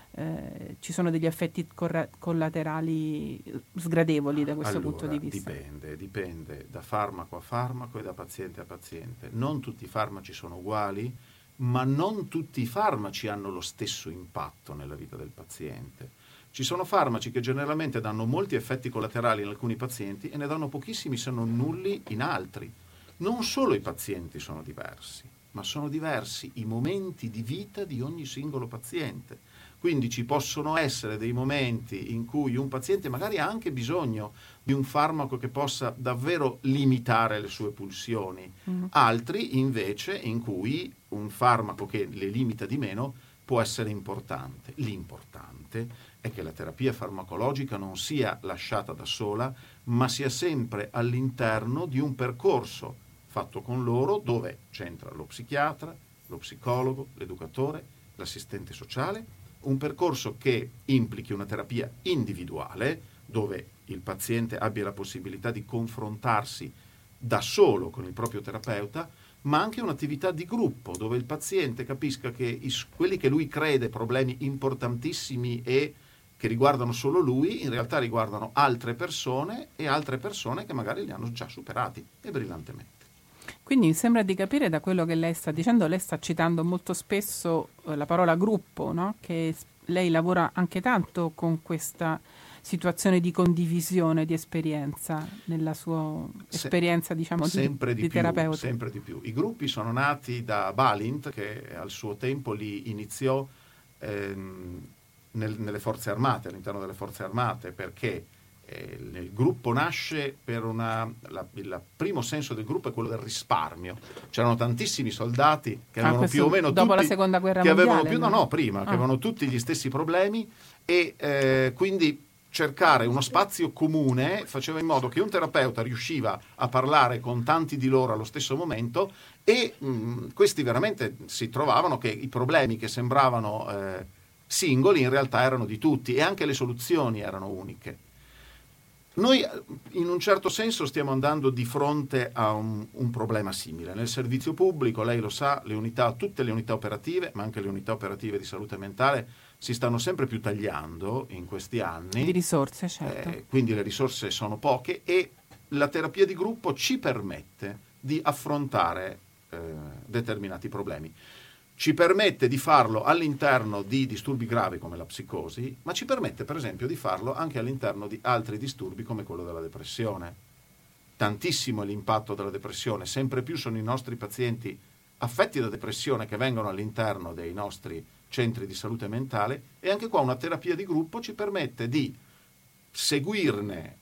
Eh, ci sono degli effetti corra- collaterali sgradevoli da questo allora, punto di vista? Dipende, dipende da farmaco a farmaco e da paziente a paziente. Non tutti i farmaci sono uguali, ma non tutti i farmaci hanno lo stesso impatto nella vita del paziente. Ci sono farmaci che generalmente danno molti effetti collaterali in alcuni pazienti e ne danno pochissimi se non nulli in altri. Non solo i pazienti sono diversi, ma sono diversi i momenti di vita di ogni singolo paziente. Quindi ci possono essere dei momenti in cui un paziente magari ha anche bisogno di un farmaco che possa davvero limitare le sue pulsioni, mm. altri invece in cui un farmaco che le limita di meno può essere importante. L'importante è che la terapia farmacologica non sia lasciata da sola, ma sia sempre all'interno di un percorso fatto con loro dove c'entra lo psichiatra, lo psicologo, l'educatore, l'assistente sociale, un percorso che implichi una terapia individuale dove il paziente abbia la possibilità di confrontarsi da solo con il proprio terapeuta, ma anche un'attività di gruppo, dove il paziente capisca che i, quelli che lui crede problemi importantissimi e che riguardano solo lui, in realtà riguardano altre persone e altre persone che magari li hanno già superati e brillantemente. Quindi mi sembra di capire da quello che lei sta dicendo, lei sta citando molto spesso eh, la parola gruppo, no? Che lei lavora anche tanto con questa situazione di condivisione di esperienza nella sua esperienza, diciamo, sempre di, di, di più, terapeuta. Sempre di più. I gruppi sono nati da Balint, che al suo tempo li iniziò ehm, nel, nelle forze armate, all'interno delle forze armate, perché eh, il gruppo nasce per una... La, il primo senso del gruppo è quello del risparmio. C'erano tantissimi soldati che avevano ah, più o meno dopo tutti... la seconda guerra che mondiale? avevano più, no, no, prima, ah. che avevano tutti gli stessi problemi e eh, quindi cercare uno spazio comune faceva in modo che un terapeuta riusciva a parlare con tanti di loro allo stesso momento e mh, questi veramente si trovavano che i problemi che sembravano eh, singoli in realtà erano di tutti e anche le soluzioni erano uniche. Noi in un certo senso stiamo andando di fronte a un, un problema simile. Nel servizio pubblico, lei lo sa, le unità, tutte le unità operative, ma anche le unità operative di salute mentale, si stanno sempre più tagliando in questi anni. Di risorse, certo. Eh, quindi le risorse sono poche e la terapia di gruppo ci permette di affrontare eh, determinati problemi. Ci permette di farlo all'interno di disturbi gravi come la psicosi, ma ci permette per esempio di farlo anche all'interno di altri disturbi come quello della depressione. Tantissimo è l'impatto della depressione, sempre più sono i nostri pazienti affetti da depressione che vengono all'interno dei nostri centri di salute mentale e anche qua una terapia di gruppo ci permette di seguirne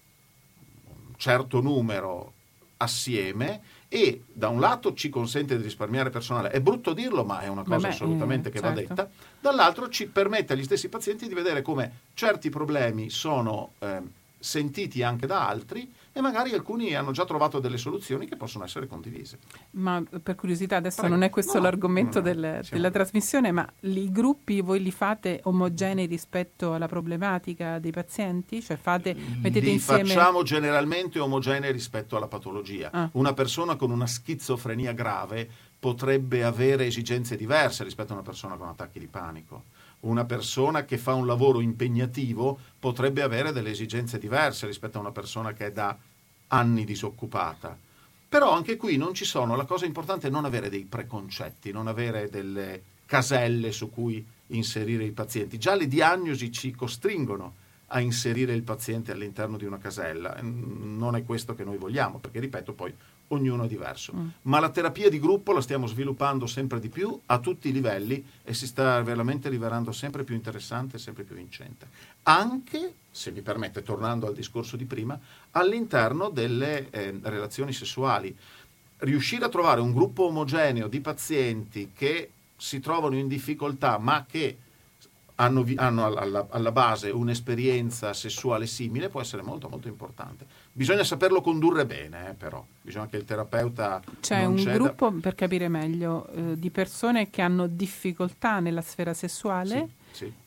un certo numero assieme e da un lato ci consente di risparmiare personale, è brutto dirlo ma è una cosa Vabbè, assolutamente eh, che certo. va detta, dall'altro ci permette agli stessi pazienti di vedere come certi problemi sono eh, sentiti anche da altri e magari alcuni hanno già trovato delle soluzioni che possono essere condivise. Ma per curiosità, adesso Prego. non è questo no, l'argomento no, no, del, siamo... della trasmissione, ma i gruppi voi li fate omogenei rispetto alla problematica dei pazienti? Cioè fate, mettete li insieme... facciamo generalmente omogenei rispetto alla patologia. Ah. Una persona con una schizofrenia grave potrebbe avere esigenze diverse rispetto a una persona con attacchi di panico. Una persona che fa un lavoro impegnativo potrebbe avere delle esigenze diverse rispetto a una persona che è da anni disoccupata. Però anche qui non ci sono, la cosa importante è non avere dei preconcetti, non avere delle caselle su cui inserire i pazienti. Già le diagnosi ci costringono a inserire il paziente all'interno di una casella. Non è questo che noi vogliamo, perché ripeto poi ognuno è diverso. Mm. Ma la terapia di gruppo la stiamo sviluppando sempre di più a tutti i livelli e si sta veramente rivelando sempre più interessante e sempre più vincente. Anche, se mi permette, tornando al discorso di prima, all'interno delle eh, relazioni sessuali. Riuscire a trovare un gruppo omogeneo di pazienti che si trovano in difficoltà ma che hanno, hanno alla, alla base un'esperienza sessuale simile può essere molto molto importante. Bisogna saperlo condurre bene, eh, però bisogna che il terapeuta c'è non un ceda. gruppo, per capire meglio, eh, di persone che hanno difficoltà nella sfera sessuale? Sì, sì.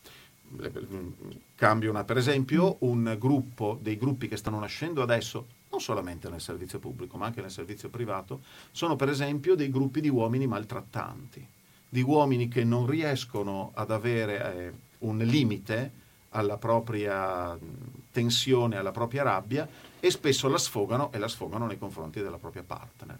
Cambio una, per esempio mm. un gruppo dei gruppi che stanno nascendo adesso non solamente nel servizio pubblico ma anche nel servizio privato sono per esempio dei gruppi di uomini maltrattanti, di uomini che non riescono ad avere eh, un limite alla propria tensione, alla propria rabbia e spesso la sfogano e la sfogano nei confronti della propria partner.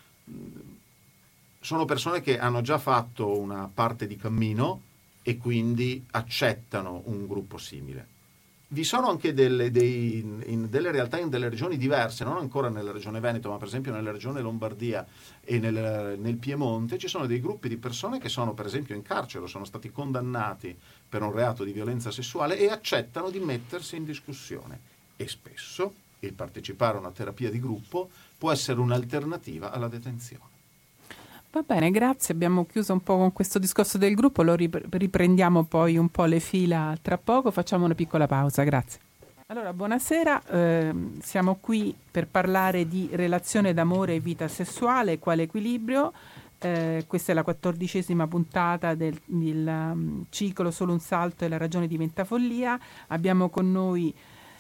Sono persone che hanno già fatto una parte di cammino e quindi accettano un gruppo simile. Vi sono anche delle, dei, in delle realtà in delle regioni diverse, non ancora nella regione Veneto, ma per esempio nella regione Lombardia e nel, nel Piemonte, ci sono dei gruppi di persone che sono per esempio in carcere, sono stati condannati per un reato di violenza sessuale e accettano di mettersi in discussione. E spesso il partecipare a una terapia di gruppo può essere un'alternativa alla detenzione. Va bene, grazie. Abbiamo chiuso un po' con questo discorso del gruppo, lo riprendiamo poi un po' le fila tra poco, facciamo una piccola pausa, grazie. Allora, buonasera, eh, siamo qui per parlare di relazione d'amore e vita sessuale, quale equilibrio. Eh, questa è la quattordicesima puntata del, del um, ciclo Solo un salto e la ragione diventa follia. Abbiamo con noi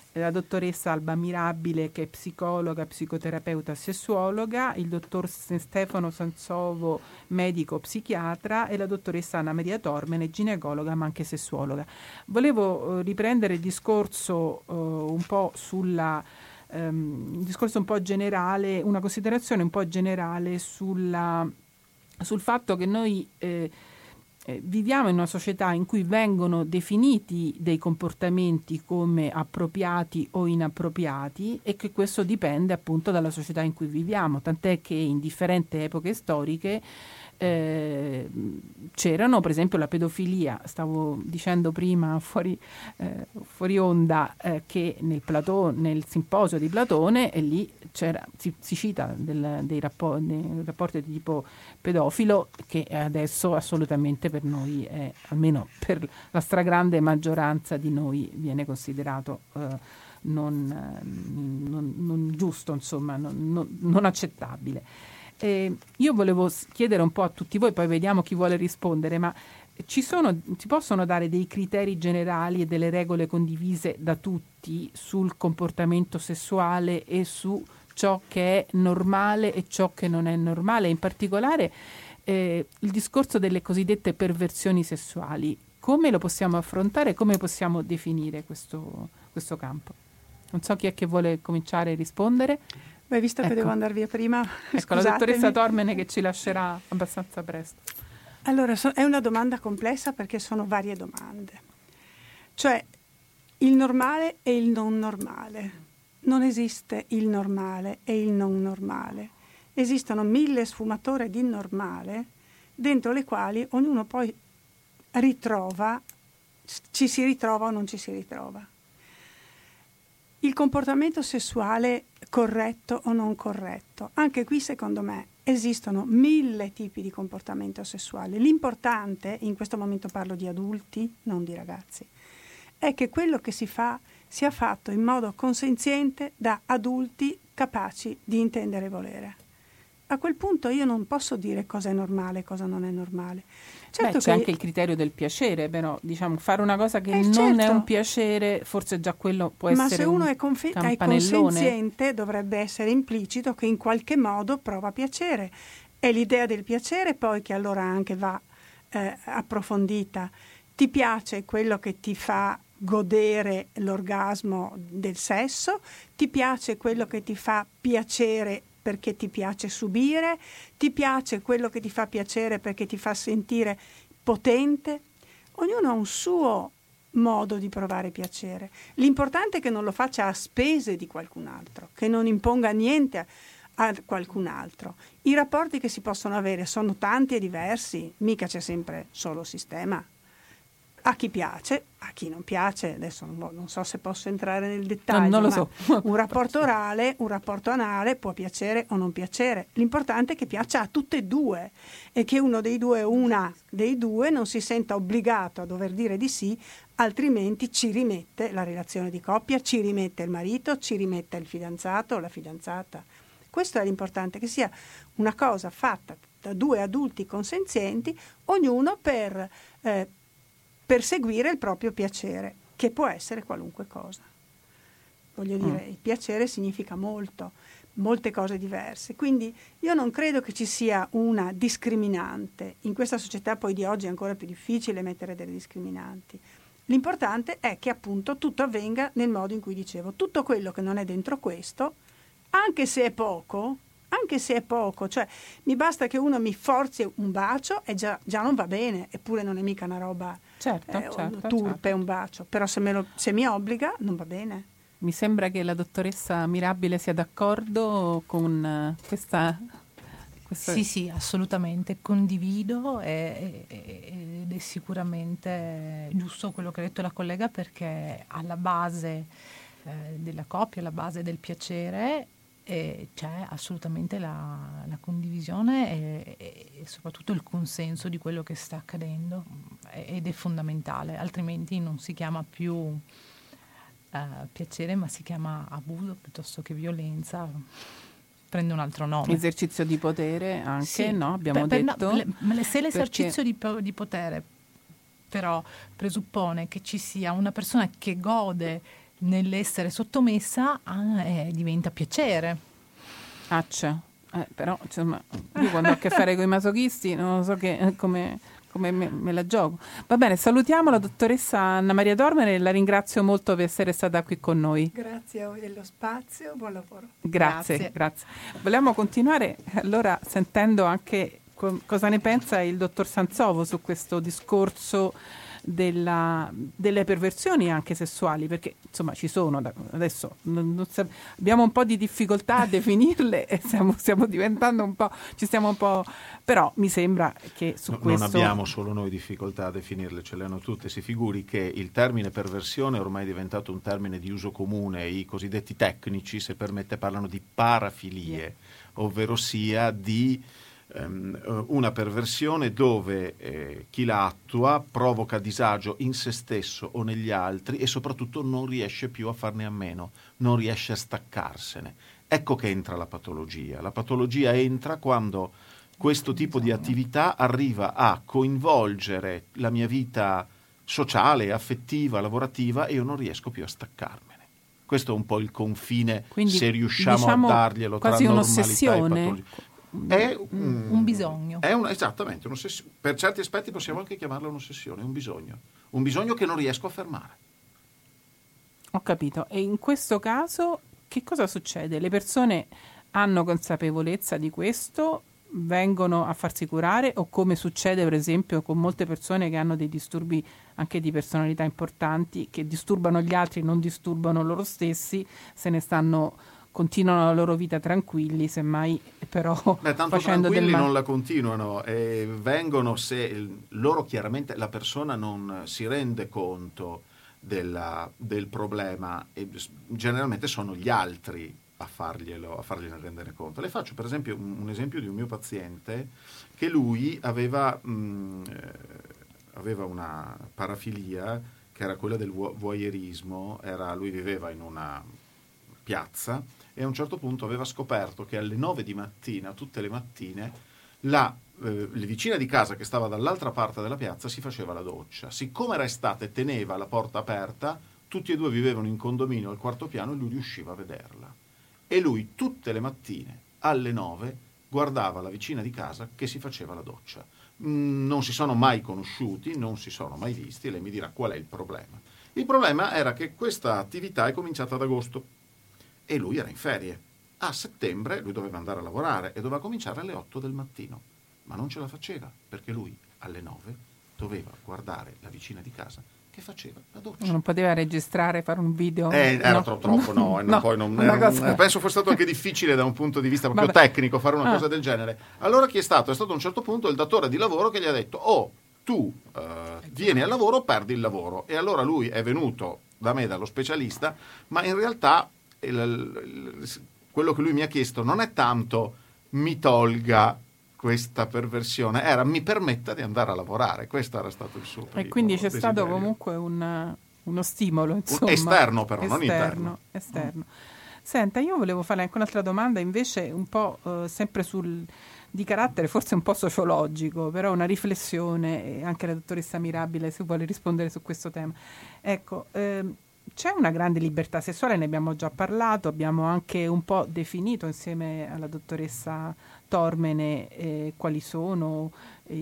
la dottoressa Alba Mirabile, che è psicologa, psicoterapeuta, sessuologa, il dottor Stefano Sanzovo, medico psichiatra, e la dottoressa Anna Maria Tormene, ginecologa ma anche sessuologa. Volevo eh, riprendere il discorso eh, un po' sulla um, un discorso un po' generale, una considerazione un po' generale sulla, sul fatto che noi eh, Eh, viviamo in una società in cui vengono definiti dei comportamenti come appropriati o inappropriati, e che questo dipende appunto dalla società in cui viviamo, tant'è che in differenti epoche storiche eh, c'erano, per esempio, la pedofilia. Stavo dicendo prima fuori, eh, fuori onda eh, che nel, Platone, nel simposio di Platone, e lì c'era, si, si cita del, dei, rapport, dei rapporti di tipo pedofilo, che adesso assolutamente per noi, è, almeno per la stragrande maggioranza di noi, viene considerato eh, non, non, non giusto, insomma, non, non, non accettabile. Eh, io volevo chiedere un po' a tutti voi, poi vediamo chi vuole rispondere, ma ci sono, si possono dare dei criteri generali e delle regole condivise da tutti sul comportamento sessuale e su ciò che è normale e ciò che non è normale? In particolare eh, il discorso delle cosiddette perversioni sessuali, come lo possiamo affrontare, come possiamo definire questo, questo campo? Non so chi è che vuole cominciare a rispondere. Beh, visto ecco. che devo andare via prima, ecco, la dottoressa Tormene che ci lascerà abbastanza presto. Allora, so, è una domanda complessa perché sono varie domande. Cioè, il normale e il non normale. Non esiste il normale e il non normale. Esistono mille sfumature di normale dentro le quali ognuno poi ritrova, ci si ritrova o non ci si ritrova. Il comportamento sessuale corretto o non corretto. Anche qui, secondo me, esistono mille tipi di comportamento sessuale. L'importante, in questo momento parlo di adulti, non di ragazzi, è che quello che si fa sia fatto in modo consenziente da adulti capaci di intendere e volere. A quel punto io non posso dire cosa è normale e cosa non è normale. Certo. Beh, c'è che... anche il criterio del piacere, però diciamo fare una cosa che eh, non certo. è un piacere, forse già quello può Ma essere se uno un è, confi- è campanellone. consenziente, dovrebbe essere implicito che in qualche modo prova piacere. È l'idea del piacere poi che allora anche va eh, approfondita. Ti piace quello che ti fa godere l'orgasmo del sesso? Ti piace quello che ti fa piacere perché ti piace subire? Ti piace quello che ti fa piacere perché ti fa sentire potente? Ognuno ha un suo modo di provare piacere. L'importante è che non lo faccia a spese di qualcun altro, che non imponga niente a, a qualcun altro. I rapporti che si possono avere sono tanti e diversi, mica c'è sempre solo sistema. A chi piace, a chi non piace, adesso non, non so se posso entrare nel dettaglio, no, non lo ma so. un rapporto orale, un rapporto anale può piacere o non piacere. L'importante è che piaccia a tutte e due e che uno dei due o una dei due non si senta obbligato a dover dire di sì, altrimenti ci rimette la relazione di coppia, ci rimette il marito, ci rimette il fidanzato o la fidanzata. Questo è l'importante, che sia una cosa fatta da due adulti consenzienti, ognuno per eh, perseguire il proprio piacere, che può essere qualunque cosa. Voglio dire, mm. il piacere significa molto, molte cose diverse. Quindi io non credo che ci sia una discriminante. In questa società poi di oggi è ancora più difficile mettere delle discriminanti. L'importante è che appunto tutto avvenga nel modo in cui dicevo. Tutto quello che non è dentro questo, anche se è poco, anche se è poco, cioè mi basta che uno mi forzi un bacio e già, già non va bene, eppure non è mica una roba certo, eh, certo, turpe, certo. un bacio, però se, me lo, se mi obbliga non va bene. Mi sembra che la dottoressa Mirabile sia d'accordo con uh, questa, questa... Sì, sì, assolutamente, condivido e, e, ed è sicuramente giusto quello che ha detto la collega, perché alla base eh, della coppia, alla base del piacere, e c'è assolutamente la, la condivisione e, e soprattutto il consenso di quello che sta accadendo, ed è fondamentale, altrimenti non si chiama più uh, piacere, ma si chiama abuso piuttosto che violenza, prende un altro nome. Esercizio di potere anche, sì, no? Abbiamo per, per, detto. No, le, se l'esercizio perché... di, di potere però presuppone che ci sia una persona che gode nell'essere sottomessa ah, eh, diventa piacere. Ah, c'è. Eh, però insomma, io quando ho a che fare con i masochisti non so che, come, come me, me la gioco. Va bene, salutiamo la dottoressa Anna Maria Tormene e la ringrazio molto per essere stata qui con noi. Grazie a voi dello spazio, buon lavoro. Grazie, Grazie. grazie. Vogliamo continuare allora sentendo anche co- cosa ne pensa il dottor Sanzovo su questo discorso della, delle perversioni anche sessuali, perché insomma ci sono da, adesso non, non sa- abbiamo un po' di difficoltà a definirle e stiamo, stiamo diventando un po', ci stiamo un po', però mi sembra che su No, questo non abbiamo solo noi difficoltà a definirle, ce le hanno tutte. Si figuri che il termine perversione è ormai diventato un termine di uso comune. I cosiddetti tecnici, se permette, parlano di parafilie, Yeah. ovvero sia di ehm, una perversione dove eh, chi la attua provoca disagio in se stesso o negli altri e soprattutto non riesce più a farne a meno, non riesce a staccarsene. Ecco che entra la patologia. La patologia entra quando questo tipo di attività arriva a coinvolgere la mia vita sociale, affettiva, lavorativa e io non riesco più a staccarmene. Questo è un po' il confine, Quindi, se riusciamo diciamo, a darglielo tra quasi normalità e un'ossessione. patologia. È Un, un bisogno. È un, esattamente, un'ossessione. Per certi aspetti possiamo anche chiamarla un'ossessione, un bisogno. Un bisogno che non riesco a fermare. Ho capito. E in questo caso che cosa succede? Le persone hanno consapevolezza di questo, vengono a farsi curare, o come succede per esempio con molte persone che hanno dei disturbi anche di personalità importanti, che disturbano gli altri, non disturbano loro stessi, se ne stanno, continuano la loro vita tranquilli, semmai però Beh, tanto facendo del tranquilli male. non la continuano e vengono se loro chiaramente la persona non si rende conto della, del problema e generalmente sono gli altri a farglielo, a fargliene rendere conto. Le faccio per esempio un, un esempio di un mio paziente che lui aveva, mh, eh, aveva una parafilia che era quella del voyeurismo, era, lui viveva in una piazza e a un certo punto aveva scoperto che alle nove di mattina, tutte le mattine, la eh, la vicina di casa che stava dall'altra parte della piazza si faceva la doccia. Siccome era estate e teneva la porta aperta, tutti e due vivevano in condominio al quarto piano e lui riusciva a vederla. E lui tutte le mattine alle nove guardava la vicina di casa che si faceva la doccia. Mm, non si sono mai conosciuti, non si sono mai visti e lei mi dirà qual è il problema. Il problema era che questa attività è cominciata ad agosto e lui era in ferie. A settembre lui doveva andare a lavorare e doveva cominciare alle otto del mattino, ma non ce la faceva perché lui alle nove doveva guardare la vicina di casa che faceva la doccia. Non poteva registrare, fare un video? Eh, era no. troppo, troppo no, e non, No, poi non, una era, cosa- penso fosse stato anche difficile da un punto di vista proprio Vabbè. tecnico fare una Ah. cosa del genere. Allora chi è stato? È stato a un certo punto il datore di lavoro che gli ha detto oh, tu eh, vieni al lavoro o perdi il lavoro. E allora lui è venuto da me, dallo specialista, ma in realtà il, il, quello che lui mi ha chiesto non è tanto mi tolga questa perversione, era mi permetta di andare a lavorare. Questo era stato il suo primo E quindi c'è desiderio. stato comunque un, uno stimolo, insomma. esterno però, non interno. Esterno. Senta, io volevo fare anche un'altra domanda invece un po' eh, sempre sul, di carattere forse un po' sociologico, però una riflessione, e anche la dottoressa Mirabile se vuole rispondere su questo tema. Ecco, ehm, c'è una grande libertà sessuale, ne abbiamo già parlato, abbiamo anche un po' definito insieme alla dottoressa Tormene eh, quali sono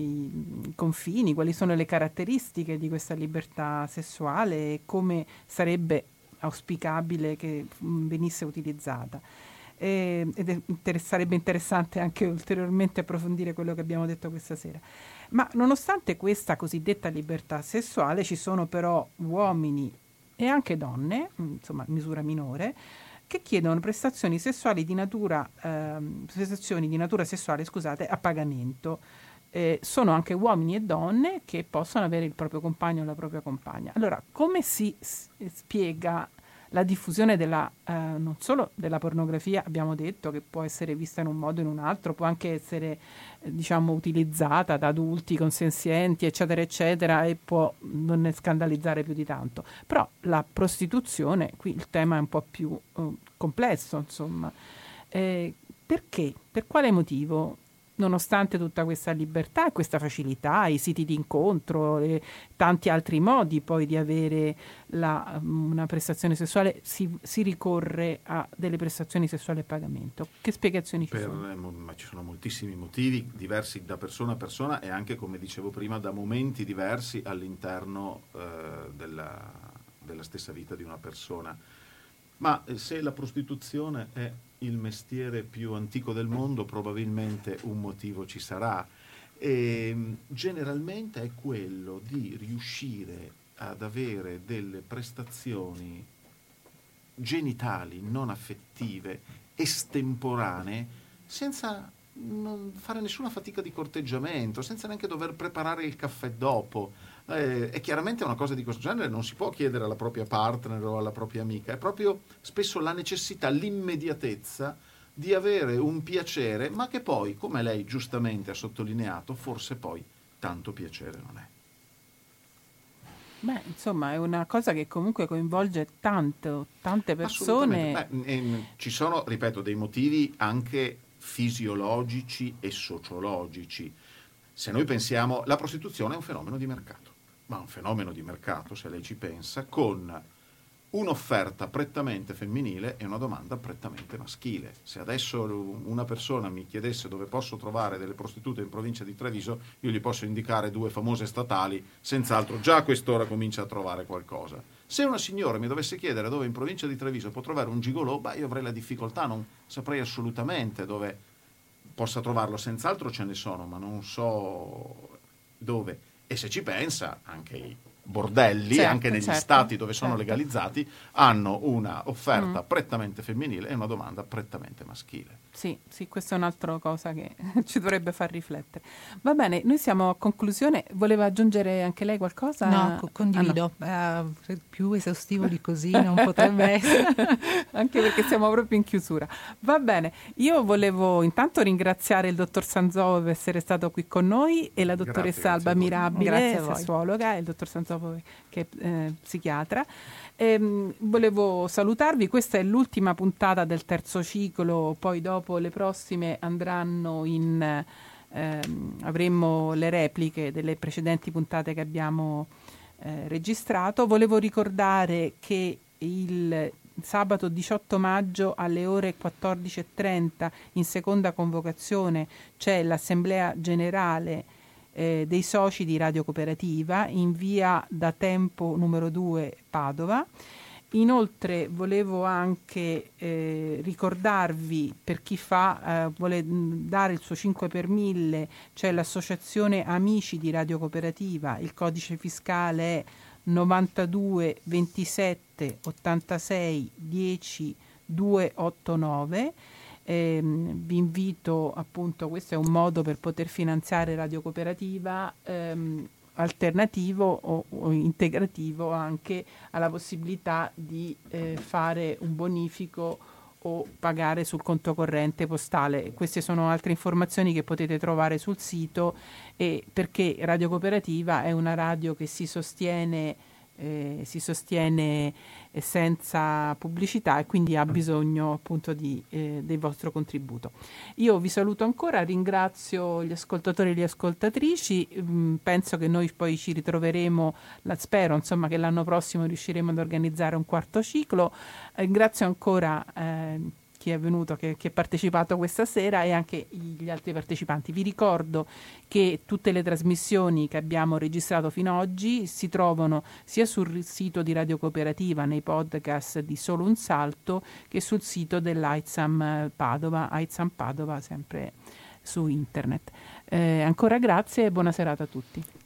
i confini, quali sono le caratteristiche di questa libertà sessuale e come sarebbe auspicabile che mh, venisse utilizzata. E, ed è inter- sarebbe interessante anche ulteriormente approfondire quello che abbiamo detto questa sera. Ma nonostante questa cosiddetta libertà sessuale ci sono però uomini e anche donne, insomma in misura minore, che chiedono prestazioni sessuali di natura ehm, prestazioni di natura sessuale, scusate, a pagamento. Eh, sono anche uomini e donne che possono avere il proprio compagno o la propria compagna. Allora, come si s- spiega la diffusione della eh, non solo della pornografia, abbiamo detto che può essere vista in un modo o in un altro, può anche essere eh, diciamo utilizzata da adulti consenzienti, eccetera, eccetera, e può non ne scandalizzare più di tanto. Però la prostituzione, qui il tema è un po' più eh, complesso, insomma. Eh, perché? Per quale motivo nonostante tutta questa libertà e questa facilità, i siti di incontro e tanti altri modi poi di avere la, una prestazione sessuale, si, si ricorre a delle prestazioni sessuali a pagamento. Che spiegazioni ci per, sono? Ma ci sono moltissimi motivi, diversi da persona a persona e anche, come dicevo prima, da momenti diversi all'interno eh, della, della stessa vita di una persona. Ma se la prostituzione è il mestiere più antico del mondo, probabilmente un motivo ci sarà. E generalmente è quello di riuscire ad avere delle prestazioni genitali non affettive, estemporanee, senza non fare nessuna fatica di corteggiamento, senza neanche dover preparare il caffè dopo. Eh, e chiaramente una cosa di questo genere non si può chiedere alla propria partner o alla propria amica, è proprio spesso la necessità, l'immediatezza di avere un piacere, ma che poi, come lei giustamente ha sottolineato, forse poi tanto piacere non è. Beh, insomma, è una cosa che comunque coinvolge tanto, tante persone. Beh, ehm, ci sono, ripeto, dei motivi anche fisiologici e sociologici. Se noi pensiamo, la prostituzione è un fenomeno di mercato, ma un fenomeno di mercato, se lei ci pensa, con un'offerta prettamente femminile e una domanda prettamente maschile. Se adesso una persona mi chiedesse dove posso trovare delle prostitute in provincia di Treviso, io gli posso indicare due famose statali, senz'altro già a quest'ora comincia a trovare qualcosa. Se una signora mi dovesse chiedere dove in provincia di Treviso può trovare un gigolò, beh, io avrei la difficoltà, non saprei assolutamente dove possa trovarlo. Senz'altro ce ne sono, ma non so dove. E se ci pensa, anche i bordelli, certo, anche negli certo, stati dove sono certo. legalizzati, hanno una offerta Mm. prettamente femminile e una domanda prettamente maschile. Sì, sì, questa è un'altra cosa che ci dovrebbe far riflettere. Va bene, noi siamo a conclusione. Voleva aggiungere anche lei qualcosa? No, co- condivido. Ah, no. Eh, più esaustivo di così non potrebbe essere. Anche perché siamo proprio in chiusura. Va bene, io volevo intanto ringraziare il dottor Sanzovo per essere stato qui con noi e la dottoressa Grazie, Alba grazie a voi. Mirabile, Grazie a voi. sessuologa, e il dottor Sanzovo che è eh, psichiatra. Ehm, volevo salutarvi, questa è l'ultima puntata del terzo ciclo, poi dopo le prossime andranno in ehm, avremo le repliche delle precedenti puntate che abbiamo eh, registrato. Volevo ricordare che il sabato diciotto maggio alle ore quattordici e trenta in seconda convocazione c'è l'assemblea generale eh, dei soci di Radio Cooperativa in via da Tempo numero due Padova. Inoltre volevo anche eh, ricordarvi, per chi fa eh, vuole dare il suo cinque per mille, c'è l'associazione Amici di Radio Cooperativa, il codice fiscale è novantadue ventisette ottantasei dieci duecentoottantanove. Eh, vi invito, appunto, questo è un modo per poter finanziare Radio Cooperativa ehm, alternativo o, o integrativo anche alla possibilità di eh, fare un bonifico o pagare sul conto corrente postale. Queste sono altre informazioni che potete trovare sul sito, e perché Radio Cooperativa è una radio che si sostiene Eh, si sostiene eh, senza pubblicità e quindi ha bisogno appunto di, eh, del vostro contributo. Io vi saluto ancora, ringrazio gli ascoltatori e le ascoltatrici, mh, penso che noi poi ci ritroveremo, la, spero insomma che l'anno prossimo riusciremo ad organizzare un quarto ciclo. Eh, ringrazio ancora eh, chi è venuto, che, che è partecipato questa sera, e anche gli altri partecipanti. Vi ricordo che tutte le trasmissioni che abbiamo registrato fino ad oggi si trovano sia sul sito di Radio Cooperativa, nei podcast di Solo un Salto, che sul sito dell'AIDSAM Padova, AIDSAM Padova, sempre su internet. Eh, ancora grazie e buona serata a tutti.